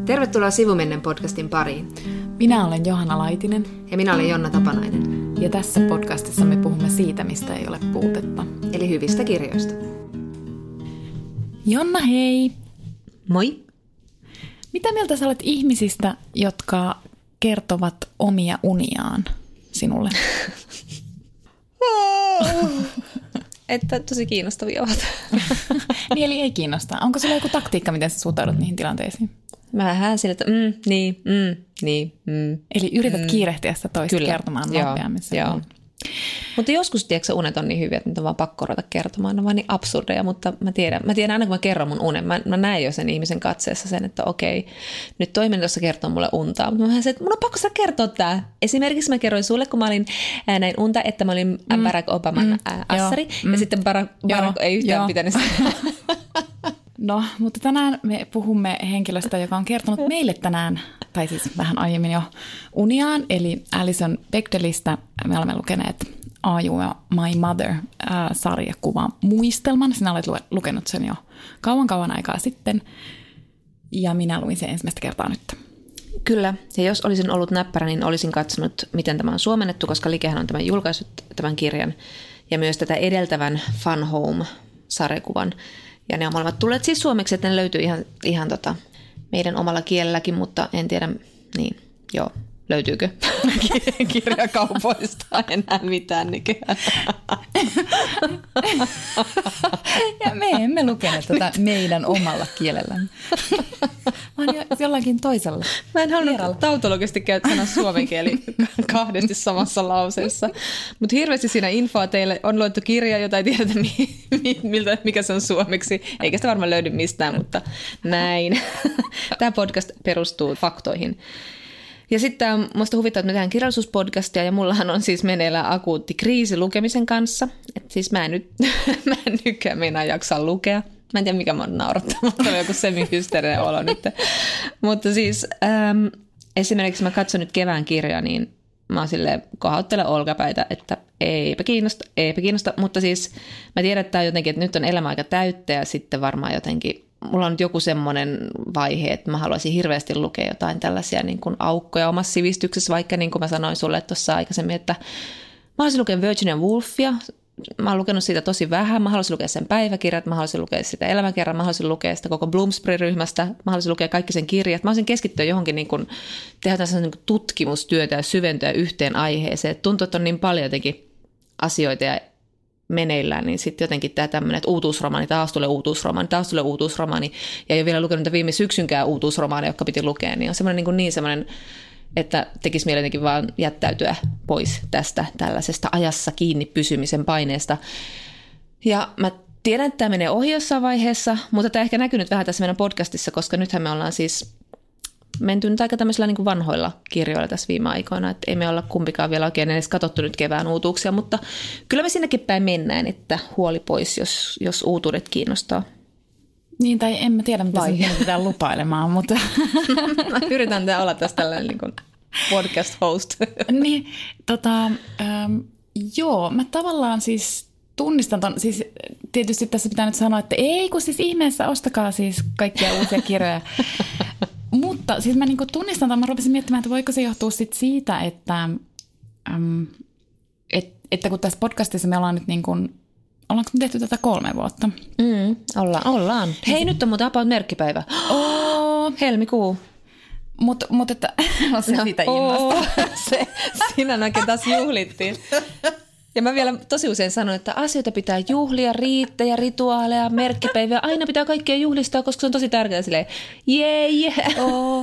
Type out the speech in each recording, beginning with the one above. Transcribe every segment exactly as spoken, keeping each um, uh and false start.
Tervetuloa Sivumennen podcastin pariin. Minä olen Johanna Laitinen. Ja minä olen Jonna Tapanainen. Ja tässä podcastissa me puhumme siitä, mistä ei ole puutetta. Eli hyvistä kirjoista. Jonna, hei! Moi! Mitä mieltä sä olet ihmisistä, jotka kertovat omia uniaan sinulle? Että tosi kiinnostavia ovat. Niin, eli ei kiinnosta. Onko sulla joku taktiikka, miten sä suhtaudut niihin tilanteisiin? Mä vähän sillä, että mm, niin, mm, niin, mm. Eli yrität mm. kiirehtiä sitä toista Kyllä. kertomaan Joo, nopeammin. Joo. Mutta joskus, tiedätkö, unet on niin hyviä, että niitä on vaan pakko ruveta kertomaan. Ne on vaan niin absurdeja, mutta mä tiedän, mä tiedän aina, kun mä kerron mun unen, mä, mä näen jo sen ihmisen katseessa sen, että okei, nyt toimeni tuossa kertoo mulle untaa. Mutta mä vähän se, että mun on pakko sitä kertoa tää. Esimerkiksi mä kerroin sulle, kun mä olin ää, näin unta, että mä olin mm. Barack Obaman mm. ää, assari, mm. ja sitten Barack, Barack ei yhtään joo. pitänyt sitä. No, mutta tänään me puhumme henkilöstä, joka on kertonut meille tänään, tai siis vähän aiemmin jo uniaan, eli Alison Bechdellistä me olemme lukeneet Are You My Mother-sarjakuvan muistelman. Sinä olet lukenut sen jo kauan kauan aikaa sitten, ja minä luin sen ensimmäistä kertaa nyt. Kyllä, ja jos olisin ollut näppärä, niin olisin katsonut, miten tämä on suomennettu, koska Likehän on tämän julkaissut tämän kirjan, ja myös tätä edeltävän Fun Home-sarjakuvan. Ja ne on molemmat tulleet siis suomeksi, että ne löytyy ihan, ihan tota meidän omalla kielelläkin, mutta en tiedä, niin joo, löytyykö kirjakaupoista enää mitään nykyään. Ja me emme lukeneet tätä meidän omalla kielellämme, vaan jo, jollakin toisella. Mä en halunnut tautologisesti käyttää sanoa suomen kieli kahdesti samassa lauseessa, mutta hirveästi siinä infoa teille on luettu kirja, jota ei tiedetä miltä, mikä se on suomeksi, eikä sitä varmaan löydy mistään, mutta näin. Tämä podcast perustuu faktoihin. Ja sitten minusta huvittaa, että me tehdään kirjallisuuspodcastia, ja mullahan on siis meneillään akuutti kriisi lukemisen kanssa. Että siis mä en nyt, mä en nytkään meinaa jaksaa lukea. Mä en tiedä, mikä mä oon naurattanut, mutta on joku semi-hysteerinen olo nyt. Mutta siis äm, esimerkiksi mä katson nyt kevään kirjaa, niin mä oon silleen kohauttelen olkapäitä, että eipä kiinnosta, eipä kiinnosta. Mutta siis mä tiedän, että jotenkin, että nyt on elämä aika täyttä, ja sitten varmaan jotenkin mulla on nyt joku semmoinen vaihe, että mä haluaisin hirveästi lukea jotain tällaisia niin kuin aukkoja omassa sivistyksessä, vaikka niin kuin mä sanoin sulle tuossa aikaisemmin, että mä haluaisin lukea Virginia Woolfia. Mä oon lukenut siitä tosi vähän. Mä haluaisin lukea sen päiväkirjat, mä haluaisin lukea sitä elämäkerran, mä haluaisin lukea sitä koko Bloomsbury-ryhmästä, mä haluaisin lukea kaikki sen kirjat. Mä haluaisin keskittyä johonkin, niin kuin, tehdä tällaisen niin kuin tutkimustyötä ja syventyä yhteen aiheeseen. Et tuntuu, että on niin paljon jotenkin asioita ja meneillään, niin sitten jotenkin tämä tämmöinen, että uutuusromaani, taas tulee uutuusromaani, taas tulee uutuusromaani, ja ei ole vielä lukenut viime syksynkään uutuusromaaneja, jotka piti lukea, niin on semmoinen niin, kuin niin semmoinen, että tekisi mieli jotenkin vaan jättäytyä pois tästä tällaisesta ajassa kiinni pysymisen paineesta. Ja mä tiedän, että tämä menee ohi jossain vaiheessa, mutta tämä ehkä näkyy nyt vähän tässä meidän podcastissa, koska nythän me ollaan siis menty nyt aika tämmöisillä niin kuin vanhoilla kirjoilla tässä viime aikoina, että ei me olla kumpikaan vielä oikein edes katsottu nyt kevään uutuuksia, mutta kyllä me sinnekin päin mennään, että huoli pois, jos, jos uutuudet kiinnostaa. Niin, tai en mä tiedä, mitä se pitää lupailemaan, mutta yritän tämä olla tässä tällainen niin kuin podcast host. Niin, tota, ähm, joo, mä tavallaan siis tunnistan ton, siis tietysti tässä pitää nyt sanoa, että ei kun siis ihmeessä ostakaa siis kaikkia uusia kirjoja. Mutta siis mä niinku tunnistan, että mä rupesin miettimään, että voiko se johtua sit siitä, että, äm, et, että kun tässä podcastissa me ollaan nyt niin kuin, ollaanko me tehty tätä kolme vuotta? Mm, ollaan. ollaan. Hei, nyt on muuten about merkkipäivä. Oh. Helmikuu. Mutta mut, että on se no, siitä oh. se, siinä oikein taas juhlittiin. Ja mä vielä tosi usein sanon, että asioita pitää juhlia, riittejä, rituaaleja, merkkipäiviä. Aina pitää kaikkea juhlistaa, koska se on tosi tärkeää silleen, jee, yeah. oh.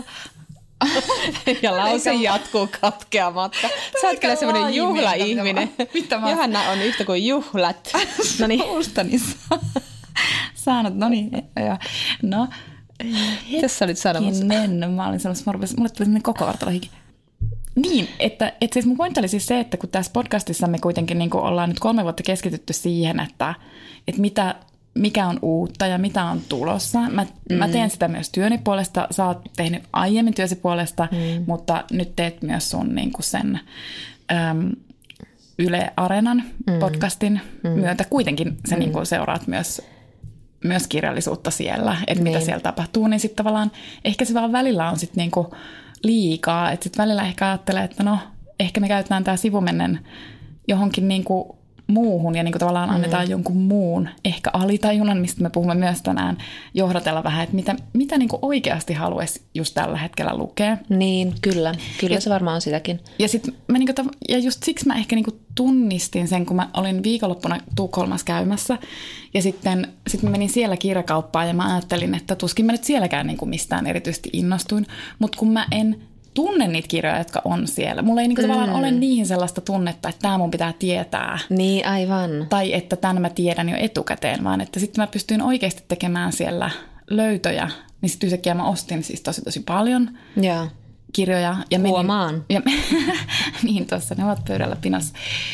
Ja lause jatkuu katkeamatta. Sä oot kyllä semmoinen juhlaihminen. Johanna on yhtä kuin juhlat. No niin. Ustani saanut, no niin. No, tässä olit sanomassa. Hetkinen, mä olin sanomassa, mulle tuli semmoinen koko vartalohikin. Niin, että, että siis mun pointti oli siis se, että kun tässä podcastissa me kuitenkin niin kuin ollaan nyt kolme vuotta keskitytty siihen, että, että mitä, mikä on uutta ja mitä on tulossa. Mä, mm. mä teen sitä myös työni puolesta, sä oot tehnyt aiemmin työsi puolesta, mm. mutta nyt teet myös sun niin kuin sen äm, Yle Areenan mm. podcastin mm. myötä. Kuitenkin sä mm. niin kuin seuraat myös myös kirjallisuutta siellä, että niin. mitä siellä tapahtuu, niin sitten tavallaan ehkä se vaan välillä on sitten niinku liikaa, että sitten välillä ehkä ajattelee, että no ehkä me käytetään tämä sivumennen johonkin niinku muuhun ja niinku tavallaan annetaan mm. jonkun muun, ehkä alitajunnan, mistä me puhumme myös tänään, johdatella vähän, että mitä, mitä niinku oikeasti haluaisi just tällä hetkellä lukea. Niin, kyllä. Kyllä ja, se varmaan on sitäkin. Ja, sit mä niinku, ja just siksi mä ehkä niinku tunnistin sen, kun mä olin viikonloppuna Tukholmassa käymässä ja sitten sit mä menin siellä kirjakauppaan ja mä ajattelin, että tuskin mä nyt sielläkään niinku mistään erityisesti innostuin, mutta kun mä en tunne niitä kirjoja, jotka on siellä. Mulla ei niinku mm. tavallaan ole niihin sellaista tunnetta, että tämä mun pitää tietää. Niin, aivan. Tai että tämän mä tiedän jo etukäteen, vaan että sitten mä pystyin oikeasti tekemään siellä löytöjä. Niin sitten yhtäkkiä mä ostin siis tosi tosi paljon ja. kirjoja. Ja menin, Huomaan. Ja, niin tuossa, ne ovat pöydällä pinossa.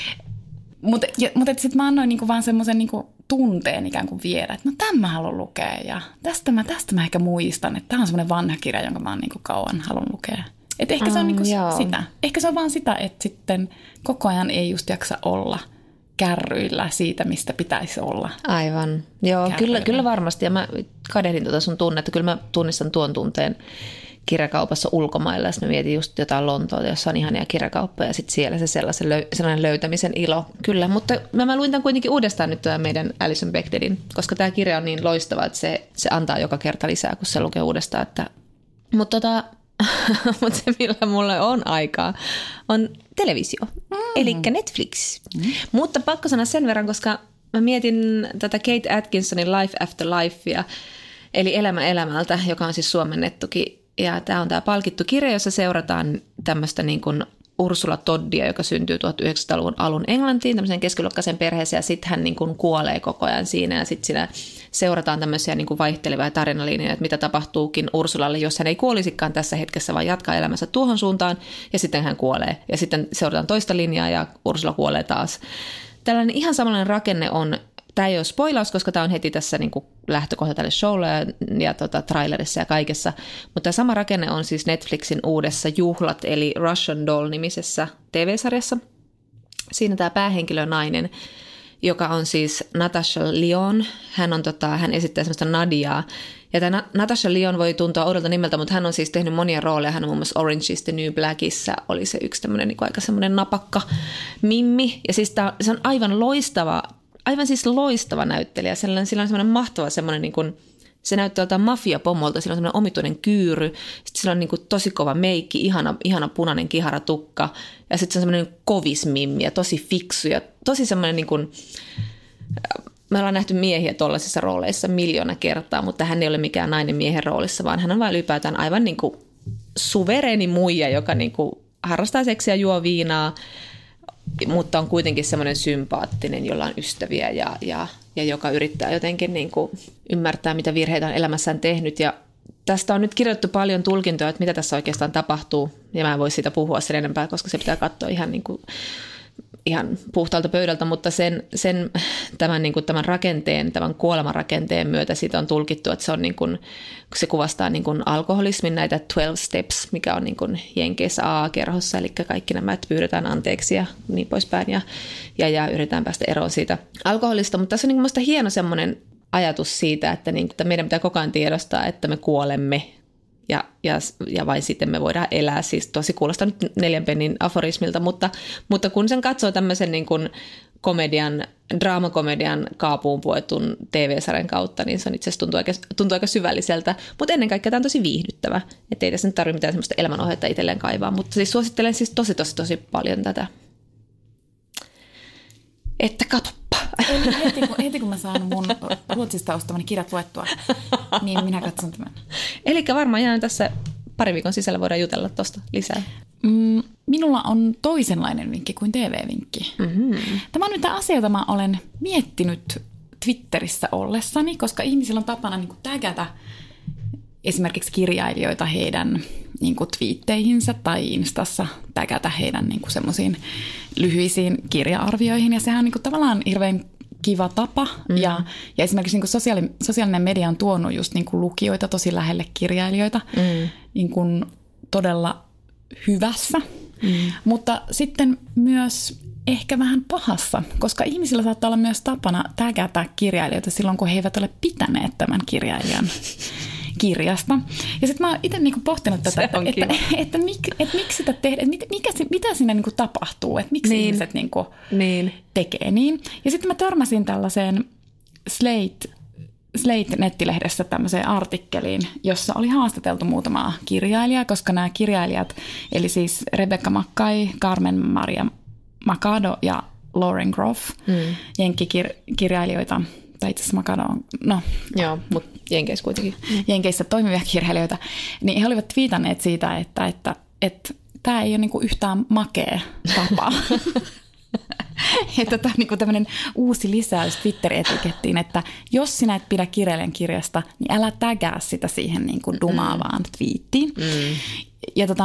Mutta mut sitten mä annoin niinku vaan semmoisen niinku tunteen ikään kuin viedä, että no tämän mä haluan lukea ja tästä mä, tästä mä ehkä muistan, että tämä on semmoinen vanha kirja, jonka mä oon niinku kauan haluan lukea. Että ehkä se on niinku mm, sitä. Ehkä se on vaan sitä, että sitten koko ajan ei just jaksa olla kärryillä siitä, mistä pitäisi olla. Aivan. Joo, kyllä, kyllä varmasti. Ja mä kadehdin tuota sun tunnetta. Kyllä mä tunnistan tuon tunteen kirjakaupassa ulkomailla. Ja sitten mä mietin just jotain Lontoota, jossa on ihania kirjakauppoja. Ja sitten siellä se sellaisen, sellainen löytämisen ilo. Kyllä, mutta mä, mä luin tämän kuitenkin uudestaan nyt tämän meidän Alison Bechdadin, koska tämä kirja on niin loistava, että se, se antaa joka kerta lisää, kun se lukee uudestaan. Että... Mutta tota... Mutta se, millä mulle on aikaa, on televisio, mm. eli Netflix. Mm. Mutta pakko sanoa sen verran, koska mä mietin tätä Kate Atkinsonin Life After Lifea, eli Elämä elämältä, joka on siis suomennettukin. Ja tämä on tämä palkittu kirja, jossa seurataan tämmöistä niin kuin Ursula Toddia, joka syntyy tuhatyhdeksänsataaluvun alun Englantiin, tämmöisen keskiluokkaisen perheeseen, ja sitten hän niin kuin kuolee koko ajan siinä, ja sitten siinä seurataan tämmöisiä niin kuin vaihtelevia tarinalinjoja, että mitä tapahtuukin Ursulalle, jos hän ei kuolisikaan tässä hetkessä, vaan jatkaa elämänsä tuohon suuntaan, ja sitten hän kuolee, ja sitten seurataan toista linjaa, ja Ursula kuolee taas. Tällainen ihan samanlainen rakenne on, tämä ei ole spoilaus, koska tämä on heti tässä niin kuin lähtökohta tälle showlle ja, ja tota, trailerissa ja kaikessa. Mutta tämä sama rakenne on siis Netflixin uudessa Juhlat, eli Russian Doll-nimisessä T V-sarjassa. Siinä tämä päähenkilö nainen, joka on siis Natasha Lyonne. Hän, on, tota, hän esittää semmoista Nadiaa. Ja tämä Natasha Lyonne voi tuntua oudolta nimeltä, mutta hän on siis tehnyt monia rooleja. Hän on muun muassa Orange is the New Blackissa. Oli se yksi tämmöinen niin kuin aika semmoinen napakka mimmi. Ja siis tämä, se on aivan loistava... Aivan siis loistava näyttelijä. Sillä on semmoinen mahtava semmoinen, niin kuin, se näyttää jotain mafiapomolta, sillä on semmoinen omituinen kyyry, sitten sillä on niin kuin tosi kova meikki, ihana, ihana punainen kiharatukka, ja sitten se on semmoinen kovismimmi ja tosi fiksu ja tosi semmoinen, niin kuin, me ollaan nähty miehiä tuollaisissa rooleissa miljoona kertaa, mutta hän ei ole mikään nainen miehen roolissa, vaan hän on vain ylipäätään aivan niin kuin suvereeni muija, joka niin kuin harrastaa seksiä, juo viinaa, mutta on kuitenkin semmoinen sympaattinen, jolla on ystäviä ja, ja, ja joka yrittää jotenkin niin kuin ymmärtää, mitä virheitä on elämässään tehnyt. Ja tästä on nyt kirjoitettu paljon tulkintoja, että mitä tässä oikeastaan tapahtuu. Ja mä en voi siitä puhua sen enempää, koska se pitää katsoa ihan, niin kuin, ihan puhtaalta pöydältä. Mutta sen, sen, tämän, niin kuin, tämän rakenteen, tämän kuolemanrakenteen myötä siitä on tulkittu, että se, on niin kuin, se kuvastaa niin kuin alkoholismin näitä twelve steps, mikä on niin kuin Jenkeissä A A-kerhossa. Eli kaikki nämä, että pyydetään anteeksi ja niin poispäin. Ja, ja, ja yritetään päästä eroon siitä alkoholista. Mutta tässä on niin kuin musta hieno semmoinen ajatus siitä, että, niin, että meidän pitää koko ajan tiedostaa, että me kuolemme ja, ja, ja vain sitten me voidaan elää. Siis tosi kuulostaa nyt neljän pennin aforismilta, mutta, mutta kun sen katsoo tämmöisen niin kuin komedian, draamakomedian kaapuun puetun T V-sarjan kautta, niin se on itse asiassa tuntuu aika, tuntuu aika syvälliseltä, mutta ennen kaikkea tämä on tosi viihdyttävä. Että ei tässä nyt tarvitse mitään semmoista elämänohjetta itselleen kaivaa, mutta siis suosittelen siis tosi tosi tosi paljon tätä. Että katoppa. Eli heti kun, heti kun mä saan mun Ruotsista ostamani kirjat luettua, niin minä katson tämän. Eli varmaan ihan tässä pari viikon sisällä voidaan jutella tuosta lisää. Mm, minulla on toisenlainen vinkki kuin T V-vinkki. Mm-hmm. Tämä on nyt asia, jota mä olen miettinyt Twitterissä ollessani, koska ihmisillä on tapana niin kuin tägätä esimerkiksi kirjailijoita heidän niin kuin twiitteihinsä tai Instassa tägätä heidän niin kuin semmoisiin lyhyisiin kirja-arvioihin. Ja sehän on niin kuin tavallaan hirveän kiva tapa. Mm. Ja, ja esimerkiksi niin kuin sosiaali, sosiaalinen media on tuonut just niin kuin lukijoita tosi lähelle kirjailijoita mm. niin kuin todella hyvässä. Mm. Mutta sitten myös ehkä vähän pahassa, koska ihmisillä saattaa olla myös tapana tägätä kirjailijoita silloin, kun he eivät ole pitäneet tämän kirjailijan kirjasta. Ja sitten mä oon itse niinku pohtinut tätä, että, että, että, mik, että miksi sitä tehdään, että mikä, mitä siinä niinku tapahtuu, että miksi niin. ihmiset niinku niin. tekee niin. Ja sitten mä törmäsin tällaiseen Slate, Slate-nettilehdessä tämmöiseen artikkeliin, jossa oli haastateltu muutamaa kirjailijaa, koska nämä kirjailijat, eli siis Rebecca Mackay, Carmen Maria Machado ja Lauren Groff, mm. jenkkikirjailijoita, tai itse asiassa Machado on, no. Joo, mutta Jenkeissä kuitenkin. Jenkeissä toimivia kirjailijoita, niin he olivat twiitanneet siitä, että, että, että tämä ei ole niinku yhtään makea tapa. Että tämä on niinku tämmöinen uusi lisäys Twitter-etikettiin, että jos sinä et pidä kirjailijan kirjasta, niin älä tägää sitä siihen niinku dumaavaan twiittiin. Mm. Ja tota...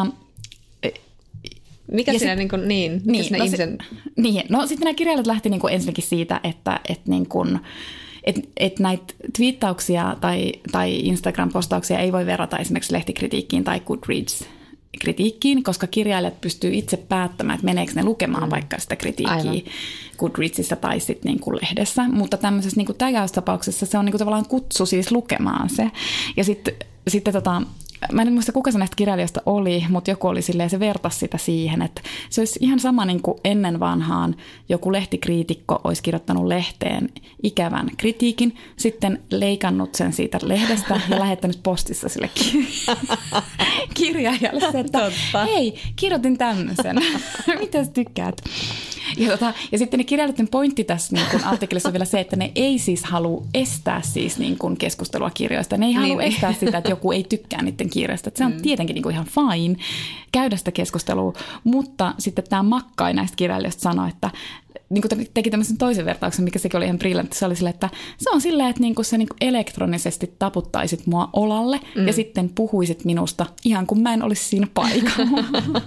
Mikä siinä sit, niin kuin, niin, niin, no, ihmisen... se, niin, no sitten nämä kirjailijat lähti niin kuin ensinnäkin siitä, että et, niin kuin, et, et näitä twiittauksia tai, tai Instagram-postauksia ei voi verrata esimerkiksi lehtikritiikkiin tai Goodreads-kritiikkiin, koska kirjailijat pystyy itse päättämään, että meneekö ne lukemaan mm. vaikka sitä kritiikkiä Aivan. Goodreadsissa tai sitten niin kuin lehdessä. Mutta tämmöisessä niin kuin tägäystapauksessa se on niin kuin tavallaan kutsu siis lukemaan se. Ja sitten sit, tota... Mä en muista, kuka se näistä kirjailijoista oli, mutta joku oli silleen, se vertasi sitä siihen, että se olisi ihan sama niin kuin ennen vanhaan joku lehtikriitikko olisi kirjoittanut lehteen ikävän kritiikin, sitten leikannut sen siitä lehdestä ja lähettänyt postissa sille kirjailijalle se, että hei, kirjoitin tämmöisen, mitäs tykkäät? Ja, tota, ja sitten ne kirjailijoiden pointti tässä niin kun artikkelissa on vielä se, että ne ei siis halua estää siis niin kun keskustelua kirjoista. Ne ei halua niin, estää sitä, että joku ei tykkää niiden kirjasta. Että se on mm. tietenkin niin kuin ihan fine käydä sitä keskustelua, mutta sitten tämä Mackay näistä kirjailijoista sanoi, että niin kuin teki tämmöisen toisen vertauksen, mikä sekin oli ihan brillantti. Se oli silleen, että se on silleen, että niin kuin sä niin kuin elektronisesti taputtaisit mua olalle mm. ja sitten puhuisit minusta ihan kuin mä en olisi siinä paikalla.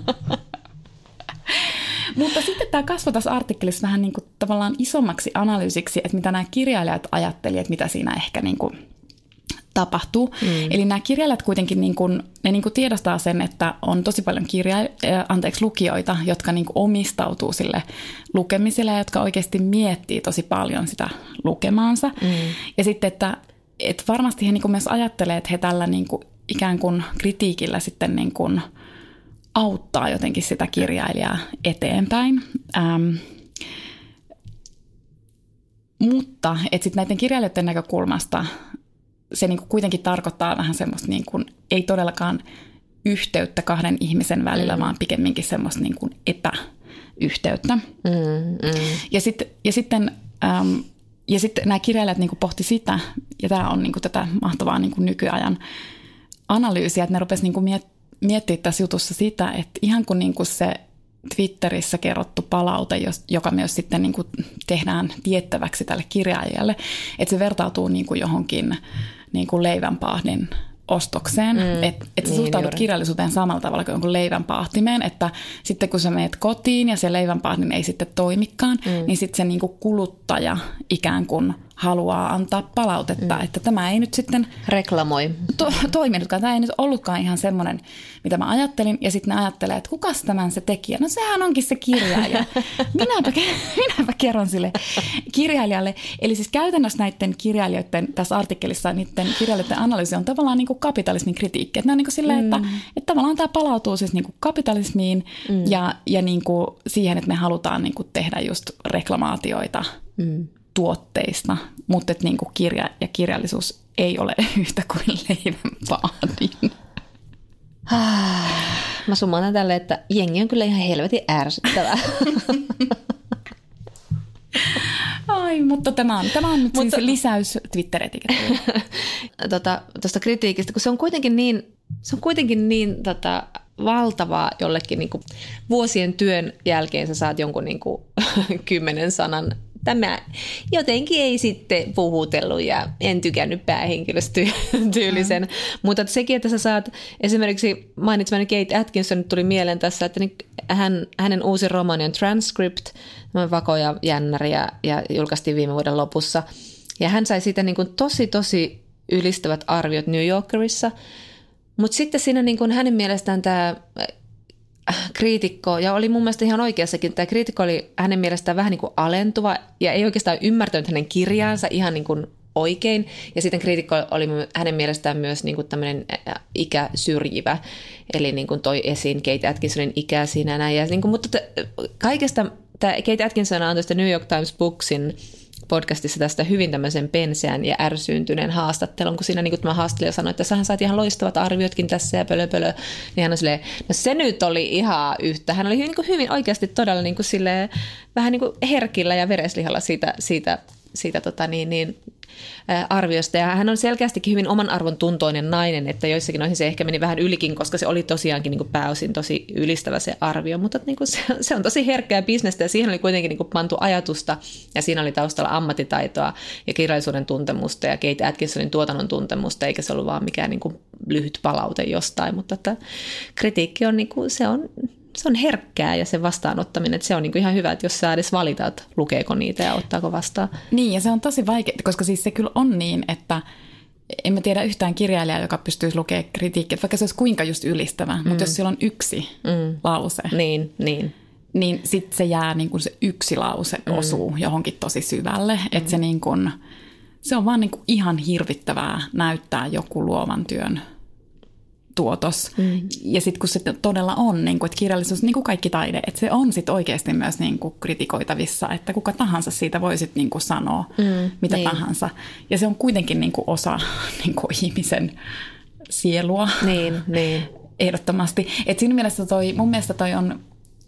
Mutta sitten tämä kasvoi tässä artikkelissa vähän niin kuin tavallaan isommaksi analyysiksi, että mitä nämä kirjailijat ajattelivat, että mitä siinä ehkä niin kuin tapahtuu. Mm. Eli nämä kirjailijat kuitenkin niin kuin, ne niin kuin tiedostaa sen, että on tosi paljon kirja, äh, anteeksi, lukijoita, jotka niin kuin omistautuu sille lukemiselle ja jotka oikeasti miettii tosi paljon sitä lukemaansa. Mm. Ja sitten, että, että varmasti he niin kuin myös ajattelee, että he tällä niin kuin ikään kuin kritiikillä sitten niin kuin auttaa jotenkin sitä kirjailijaa eteenpäin. Ähm, mutta että sitten näiden kirjailijoiden näkökulmasta se niinku kuitenkin tarkoittaa vähän semmoista, niinku, ei todellakaan yhteyttä kahden ihmisen välillä, mm. vaan pikemminkin semmoista niinku epäyhteyttä. Mm, mm. Ja, sit, ja sitten ähm, ja sitten nämä kirjailijat niinku pohti sitä, ja tämä on niinku tätä mahtavaa niinku nykyajan analyysiä, että ne rupesivat niinku miettimään, miettiä tässä jutussa sitä, että ihan kun niinku se Twitterissä kerrottu palaute, joka myös sitten niinku tehdään tiettäväksi tälle kirjailijalle, että se vertautuu niinku johonkin niinku leivänpahdin ostokseen, mm, että et sä niin, suhtaudut juuri kirjallisuuteen samalla tavalla kuin jonkun leivänpahtimeen, että sitten kun sä meet kotiin ja se leivänpahdin ei sitten toimikaan, mm. niin sitten se niinku kuluttaja ikään kuin haluaa antaa palautetta, mm. että tämä ei nyt sitten reklamoi. To- toiminutkaan. Tämä ei nyt ollutkaan ihan semmoinen, mitä mä ajattelin. Ja sitten ne ajattelee, että kukas tämän se tekijä? No sehän onkin se kirjailija. Minäpä, minäpä kerron sille kirjailijalle. Eli siis käytännössä näiden kirjailijoiden, tässä artikkelissa niiden kirjailijoiden analyysi on tavallaan niin kuin kapitalismin kritiikki. Että ne on niin kuin silleen, mm. että, että tavallaan tämä palautuu siis niin kuin kapitalismiin mm. ja, ja niin kuin siihen, että me halutaan niin kuin tehdä just reklamaatioita mm. tuotteista, mutta että niin kuin kirja ja kirjallisuus ei ole yhtä kuin leivänpahdin. Mä summaan tälle, että jengi on kyllä ihan helvetin ärsyttävää. Ai, mutta tämä on, tämä on nyt mutta, siis lisäys Twitter-etikettiin. Tuosta tota, kritiikistä, kun se on kuitenkin niin, se on kuitenkin niin tota, valtavaa jollekin niin kuin vuosien työn jälkeen sä saat jonkun niin kuin, kymmenen sanan. Tämä jotenkin ei sitten puhutellut ja en tykännyt päähenkilöstyylisen, mm. mutta että sekin, että sä saat esimerkiksi mainitsemani Kate Atkinson nyt tuli mieleen tässä, että hän, hänen uusi romaani on Transcript, Vako ja jännäri ja, ja julkaistiin viime vuoden lopussa ja hän sai siitä niin kuin tosi tosi ylistävät arviot New Yorkerissa, mutta sitten siinä niin kuin hänen mielestään tämä kriitikko, ja oli mun mielestä ihan oikeassakin, tämä kriitikko oli hänen mielestään vähän niin kuin alentuva ja ei oikeastaan ymmärtänyt hänen kirjaansa ihan niin kuin oikein. Ja sitten kriitikko oli hänen mielestään myös niin kuin tämmöinen ikäsyrjivä, eli niin kuin toi esiin Kate Atkinsonin ikää siinä näin. Ja niin kuin, mutta kaikesta, tämä Kate Atkinson antoi sitä New York Times Booksin podcastissa tästä hyvin tämmöisen penseän ja ärsyyntyneen haastattelun, kun siinä niin kuin tämä haastelija sanoi, että sähän sait ihan loistavat arviotkin tässä ja pölö pölö, niin hän on silleen, no se nyt oli ihan yhtä. Hän oli niin kuin hyvin oikeasti todella niin kuin silleen, vähän niin kuin herkillä ja vereslihalla siitä, siitä, siitä tota niin, niin, arviosta. Ja hän on selkeästikin hyvin oman arvon tuntoinen nainen, että joissakin noihin se ehkä meni vähän ylikin, koska se oli tosiaankin niin kuin pääosin tosi ylistävä se arvio, mutta niin kuin se, se on tosi herkkää bisnestä ja siihen oli kuitenkin niin kuin pantu ajatusta ja siinä oli taustalla ammattitaitoa ja kirjallisuuden tuntemusta ja Kate Atkinsonin tuotannon tuntemusta, eikä se ollut vaan mikään niin kuin lyhyt palaute jostain, mutta että kritiikki on, niin kuin, se on se on herkkää ja sen vastaanottaminen, että se on niinku ihan hyvä, että jos sä edes valitat, lukeeko niitä ja ottaako vastaan. Niin, ja se on tosi vaikea, koska siis se kyllä on niin, että en mä tiedä yhtään kirjailijaa, joka pystyisi lukemaan kritiikkiä, vaikka se olisi kuinka just ylistävä, mm. mutta jos sillä on yksi mm. lause, niin, niin. niin sitten se jää, niin kuin se yksi lause mm. osuu johonkin tosi syvälle, mm. että se, niin kuin, se on vaan niin kuin ihan hirvittävää näyttää joku luovan työn tuotos. Mm. Ja sitten kun se todella on, niin kun, että kirjallisuus, niin kuin kaikki taide, että se on sitten oikeasti myös niin kuin kritikoitavissa, että kuka tahansa siitä voi sitten niin kuin sanoa mm, mitä niin. tahansa. Ja se on kuitenkin niin kuin osa niin kuin ihmisen sielua. Niin, niin. Ehdottomasti. Et siinä mielessä toi, mun mielestä toi on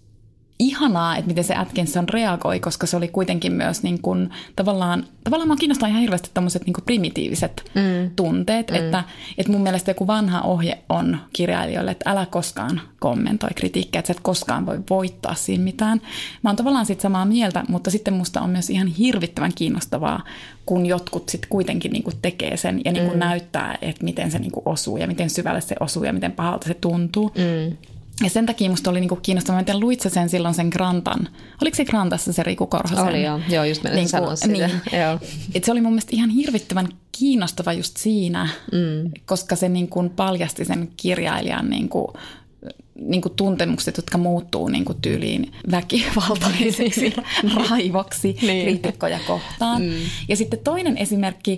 ihanaa, että miten se Atkinson reagoi, koska se oli kuitenkin myös niin kuin, tavallaan, tavallaan mua kiinnostaa ihan hirveästi tämmöiset niin kuin primitiiviset mm. tunteet, mm. Että, että mun mielestä joku vanha ohje on kirjailijoille, että älä koskaan kommentoi kritiikkiä, että sä et koskaan voi voittaa siinä mitään. Mä oon tavallaan sit samaa mieltä, mutta sitten musta on myös ihan hirvittävän kiinnostavaa, kun jotkut sitten kuitenkin niin kuin tekee sen ja niin kuin mm. näyttää, että miten se niin kuin osuu ja miten syvälle se osuu ja miten pahalta se tuntuu. Mm. Ja sen takia musta oli niinku kiinnostavaa, miten luit sä sen silloin sen Grantan. Oliko se Grantassa se Riku Korhosen? Oli joo, joo just meidän niin sanoa sitä. Niin. Joo. Et se oli mun mielestä ihan hirvittävän kiinnostava just siinä, mm. koska se niinku paljasti sen kirjailijan niinku, niinku tuntemukset, jotka muuttuu niinku tyyliin väkivaltaiseksi raivoksi niin. kriitikkoja kohtaan. Mm. Ja sitten toinen esimerkki,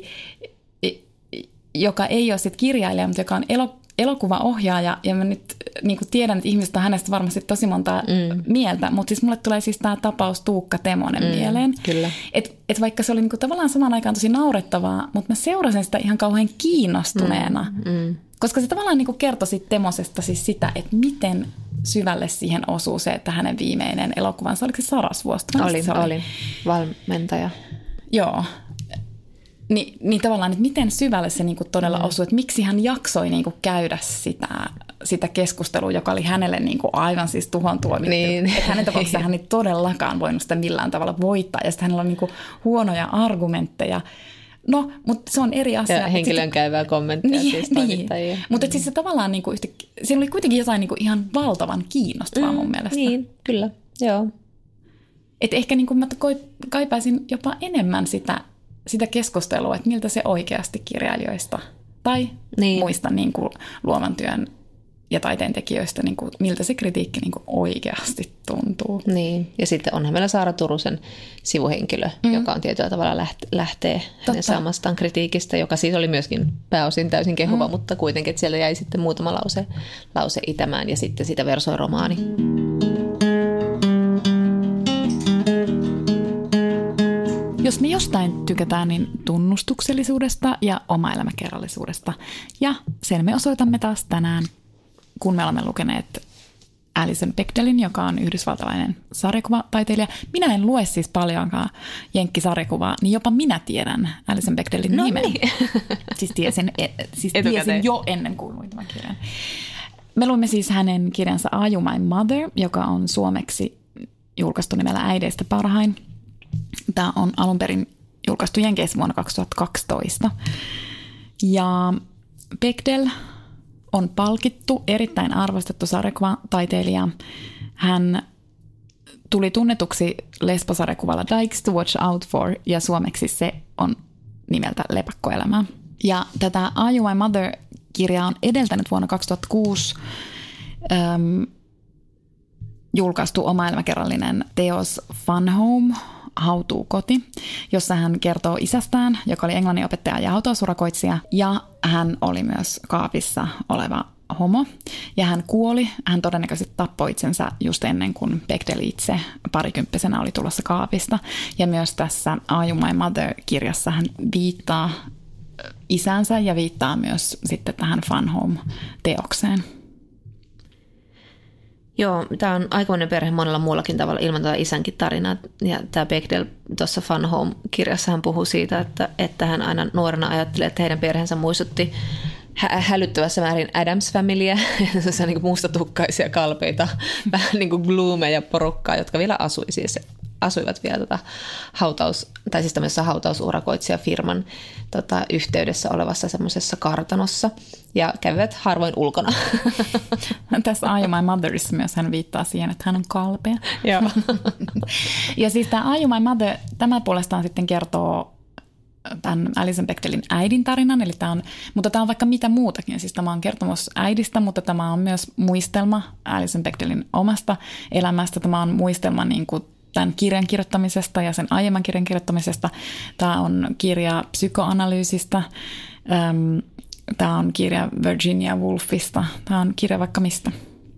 joka ei ole sit kirjailija, mutta joka on elo elokuvaohjaaja, ja mä nyt niin kuin tiedän, että ihmiset on hänestä varmasti tosi monta mm. mieltä, mutta siis mulle tulee siis tämä tapaus Tuukka Temonen mm, mieleen. Kyllä. Että et vaikka se oli niin kuin tavallaan samaan aikaan tosi naurettavaa, mutta mä seurasin sitä ihan kauhean kiinnostuneena, mm, mm. koska se tavallaan niin kuin kertoi siitä Temosesta siis sitä, että miten syvälle siihen osuu se, että hänen viimeinen elokuvansa, oliko se Sarasvuosta? Oli, se oli, oli valmentaja. Joo. Ni, niin tavallaan, että miten syvälle se niinku todella mm. osui, että miksi hän jaksoi niinku käydä sitä, sitä keskustelua, joka oli hänelle niinku aivan siis tuhon tuomittu. Niin. Että hänen tapauksessa hän ei todellakaan voinut sitä millään tavalla voittaa, ja sitten hänellä on niinku huonoja argumentteja. No, mutta se on eri asia. Ja henkilön käyvää kommentteja niin, siis toimittajia. Niin. Mutta siis se tavallaan, niinku yhtä, siinä oli kuitenkin jotain niinku ihan valtavan kiinnostavaa mm, mun mielestä. Niin, kyllä, joo. Että ehkä niinku mä kaipaisin jopa enemmän sitä, sitä keskustelua, että miltä se oikeasti kirjailijoista tai niin. muista niin kuin luovan työn ja taiteen tekijöistä, niin kuin, miltä se kritiikki niin kuin oikeasti tuntuu. Niin, ja sitten onhan meillä Saara Turusen sivuhenkilö, mm. joka on tietyllä tavalla lähtee hänen saamastaan kritiikistä, joka siis oli myöskin pääosin täysin kehuva, mm. mutta kuitenkin, että siellä jäi sitten muutama lause, lause itämään ja sitten sitä versoi romaani. Jos me jostain tykätään, niin tunnustuksellisuudesta ja omaelämäkerrallisuudesta. Ja sen me osoitamme taas tänään, kun me olemme lukeneet Alison Bechdellin, joka on yhdysvaltalainen sarjakuvataiteilija. Minä en lue siis paljonkaan jenkkisarjakuvaa, niin jopa minä tiedän Alison Bechdellin no nimen. Niin. Siis tiesin, siis tiesin jo ennen kuin luin tämän kirjan. Me luimme siis hänen kirjansa Are You My Mother, joka on suomeksi julkaistu nimellä Äideistä parhain. Tämä on alun perin julkaistu Jenkeissä vuonna kaksituhattakaksitoista. Ja Bechdel on palkittu, erittäin arvostettu sarjakuvataiteilija. Hän tuli tunnetuksi lesbosarjakuvalla Dykes to Watch Out For, ja suomeksi se on nimeltä Lepakkoelämää. Ja tätä Are You My Mother -kirjaa on edeltänyt vuonna kaksituhattakuusi äm, julkaistu oma elämäkerrallinen teos Fun Home, hautuu koti, jossa hän kertoo isästään, joka oli englannin opettaja ja hautausurakoitsija, ja hän oli myös kaapissa oleva homo, ja hän kuoli, hän todennäköisesti tappoi itsensä just ennen kuin Bechdel itse parikymppisenä oli tulossa kaapista, ja myös tässä Are You My Mother-kirjassa hän viittaa isänsä ja viittaa myös sitten tähän Fun Home-teokseen. Joo, tämä on aikamoinen perhe monella muullakin tavalla ilman tätä isänkin tarinaa. Ja tämä Bechdel tuossa Fun Home-kirjassa hän puhuu siitä, että, että hän aina nuorena ajatteli, että heidän perheensä muistutti hä- hälyttävässä määrin Addams-familiä. Se on niin kuin mustatukkaisia kalpeita, vähän niin kuin gloomeja porukkaa, jotka vielä asui siis, asuivat vielä tota hautaus, tai siis tämmöisessä hautausurakoitsijafirman tota, yhteydessä olevassa semmoisessa kartanossa ja kävivät harvoin ulkona. Tässä Are You My Motherissa myös hän viittaa siihen, että hän on kalpea. Joo. Ja siis tämä Are You My Mother, tämä puolestaan sitten kertoo tämän Alison Bechdelin äidin tarinan, eli tämä on, mutta tämä on vaikka mitä muutakin. Siis tämä on kertomus äidistä, mutta tämä on myös muistelma Alison Bechdelin omasta elämästä. Tämä on muistelma niin kuin tämän kirjan kirjoittamisesta ja sen aiemman kirjan kirjoittamisesta. Tämä on kirja psykoanalyysistä. Tämä on kirja Virginia Woolfista. Tämä on kirja vaikka mistä.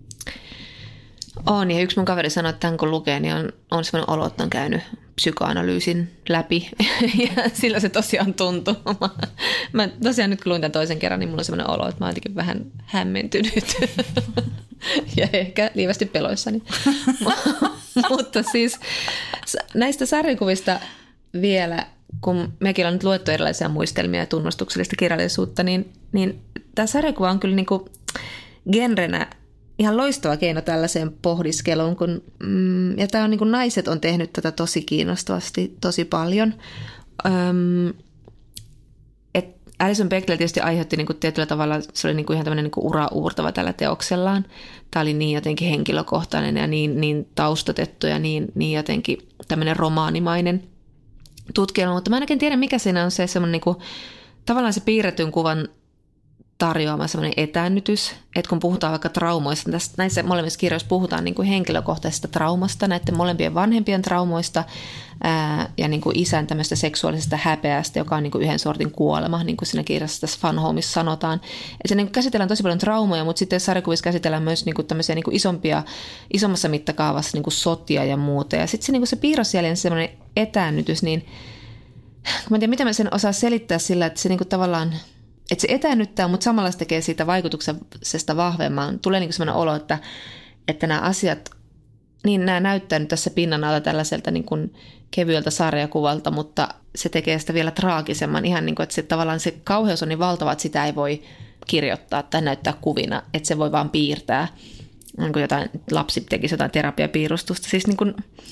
On, ja yksi mun kaveri sanoi, että tämän kun lukee, niin on, on sellainen olo, että on käynyt psykoanalyysin läpi. Ja sillä se tosiaan tuntuu. Mä, mä tosiaan nyt kun luin tämän toisen kerran, niin mulla on sellainen olo, että mä oon jotenkin vähän hämmentynyt. Ja ehkä lievästi peloissani. Mutta siis näistä sarjakuvista vielä, kun mekin on nyt luettu erilaisia muistelmia ja tunnustuksellista kirjallisuutta, niin, niin tämä sarjakuva on kyllä niin kuin genrenä ihan loistava keino tällaiseen pohdiskeluun, kun, mm, ja tämä on niin kuin naiset on tehnyt tätä tosi kiinnostavasti tosi paljon. Öm, et Alison Bechdel tietysti aiheutti niin kuin tietyllä tavalla, se oli niin kuin ihan tämmöinen niin kuin ura-uurtava tällä teoksellaan. Tämä oli niin jotenkin henkilökohtainen ja niin, niin taustatettu ja niin, niin jotenkin tämmöinen romaanimainen tutkielma, mutta mä en oikein tiedä, mikä siinä on se semmoinen niin kuin, tavallaan se piirretyn kuvan tarjoama semmoinen etäännytys, että kun puhutaan vaikka traumoista, tästä, näissä molemmissa kirjoissa puhutaan niin kuin henkilökohtaisesta traumasta, näiden molempien vanhempien traumoista ää, ja niin kuin isän tämmöistä seksuaalisesta häpeästä, joka on niin kuin yhden sortin kuolema, niin kuin siinä kirjassa tässä Fun Homeissa sanotaan. Että se niin kuin käsitellään tosi paljon traumoja, mutta sitten sarjakuvissa käsitellään myös niin kuin tämmöisiä niin kuin isompia, isommassa mittakaavassa niin kuin sotia ja muuta. Ja sitten se, niin kuin se piirrosjäljen semmoinen etäännytys, niin mä en tiedä, miten mä sen osaa selittää sillä, että se niin kuin tavallaan että se etäännyttää, mutta samalla se tekee siitä vaikutuksesta vahvemman. Tulee niin kuin sellainen olo, että, että nämä asiat, niin nämä näyttää nyt tässä pinnan alla tällaiselta niin kuin kevyeltä sarjakuvalta, mutta se tekee sitä vielä traagisemman. Ihan niin kuin, että se, tavallaan se kauheus on niin valtava, että sitä ei voi kirjoittaa tai näyttää kuvina, että se voi vaan piirtää. Niin kuin jotain, lapsi tekisi jotain terapiapiirustusta. Siis niin kuin,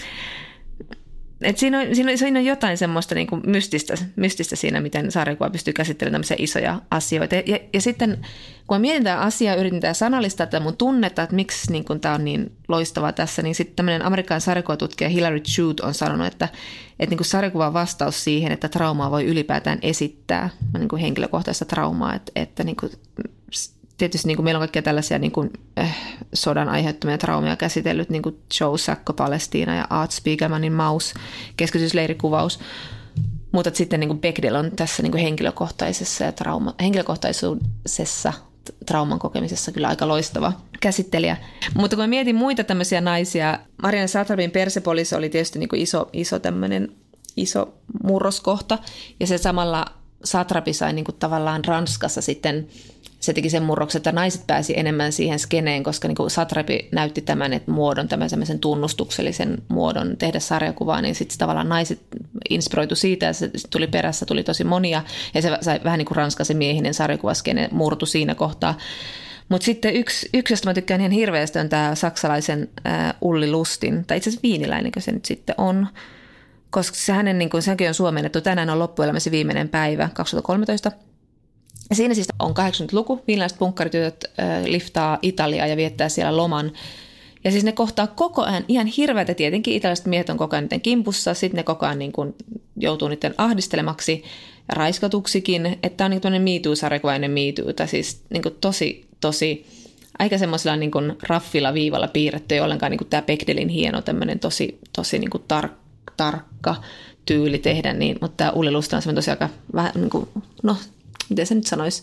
et siinä, on, siinä, on, siinä on jotain semmoista niin kuin mystistä, mystistä siinä, miten sarjakuva pystyy käsittelemään tämmöisiä isoja asioita. Ja, ja sitten kun mä mietin tätä asiaa, yritin tämä sanallistaa tätä mun tunnetta, että miksi niin kuin tämä on niin loistavaa tässä, niin sitten tämmöinen amerikkalainen sarjakuvatutkija Hilary Jude on sanonut, että, että niin kuin sarjakuva on vastaus siihen, että traumaa voi ylipäätään esittää, niin kuin henkilökohtaista traumaa, että, että niin kuin, tietysti niin kuin meillä on kaikkia tällaisia niin kuin, äh, sodan aiheuttamia traumeja käsitellyt, niin kuin Joe Sacco Palestiina ja Art Spiegelmanin Maus, keskitysleirikuvaus. Mutta sitten niin kuin Bechdel on tässä niin kuin henkilökohtaisessa ja trauma, henkilökohtaisessa trauman kokemisessa kyllä aika loistava käsittelijä. Mutta kun mä mietin muita tämmöisiä naisia, Marianne Satrapin Persepolis oli tietysti niin kuin iso, iso tämmöinen iso murroskohta. Ja se samalla Satrapi sai niin kuin tavallaan Ranskassa sitten, se teki sen murroksen, että naiset pääsi enemmän siihen skeneen, koska niin kuin Satrapi näytti tämän että muodon, tämän semmoisen tunnustuksellisen muodon tehdä sarjakuvaa, niin sitten tavallaan naiset inspiroitu siitä, ja se tuli perässä, tuli tosi monia, ja se sai vähän niin kuin Ranska se miehinen sarjakuvaskene murtu siinä kohtaa. Mutta sitten yksi, yksi, josta mä tykkään ihan hirveästi, on tämä saksalaisen äh, Ulli Lustin, tai itse asiassa viiniläinenkö se nyt sitten on, koska se hänen, niin kuin, sekin on suomennettu, tänään on loppuelämäsi viimeinen päivä, kaksituhattakolmetoista. Ja siinä siis on kahdeksankymmentäluku, viinalaiset punkkaritytöt äh, liftaa Italiaa ja viettää siellä loman. Ja siis ne kohtaa koko ajan ihan hirveätä, tietenkin italialaiset miehet on koko ajan niiden kimpussa, sitten ne koko ajan niin kuin joutuu niiden ahdistelemaksi ja raiskatuksikin. Että tämä on niin tämmöinen Me Too-sarjakuvainen Me Too, tai siis niin kuin tosi, tosi aika semmoisella niin kuin raffilla viivalla piirretty, ei ollenkaan niin kuin tämä Bechdellin hieno tämmöinen tosi, tosi niin kuin tar, tarkka tyyli tehdä, niin, mutta tämä Ulli Lustan on semmoinen tosi aika vähän, niin kuin, no miten se nyt sanoisi,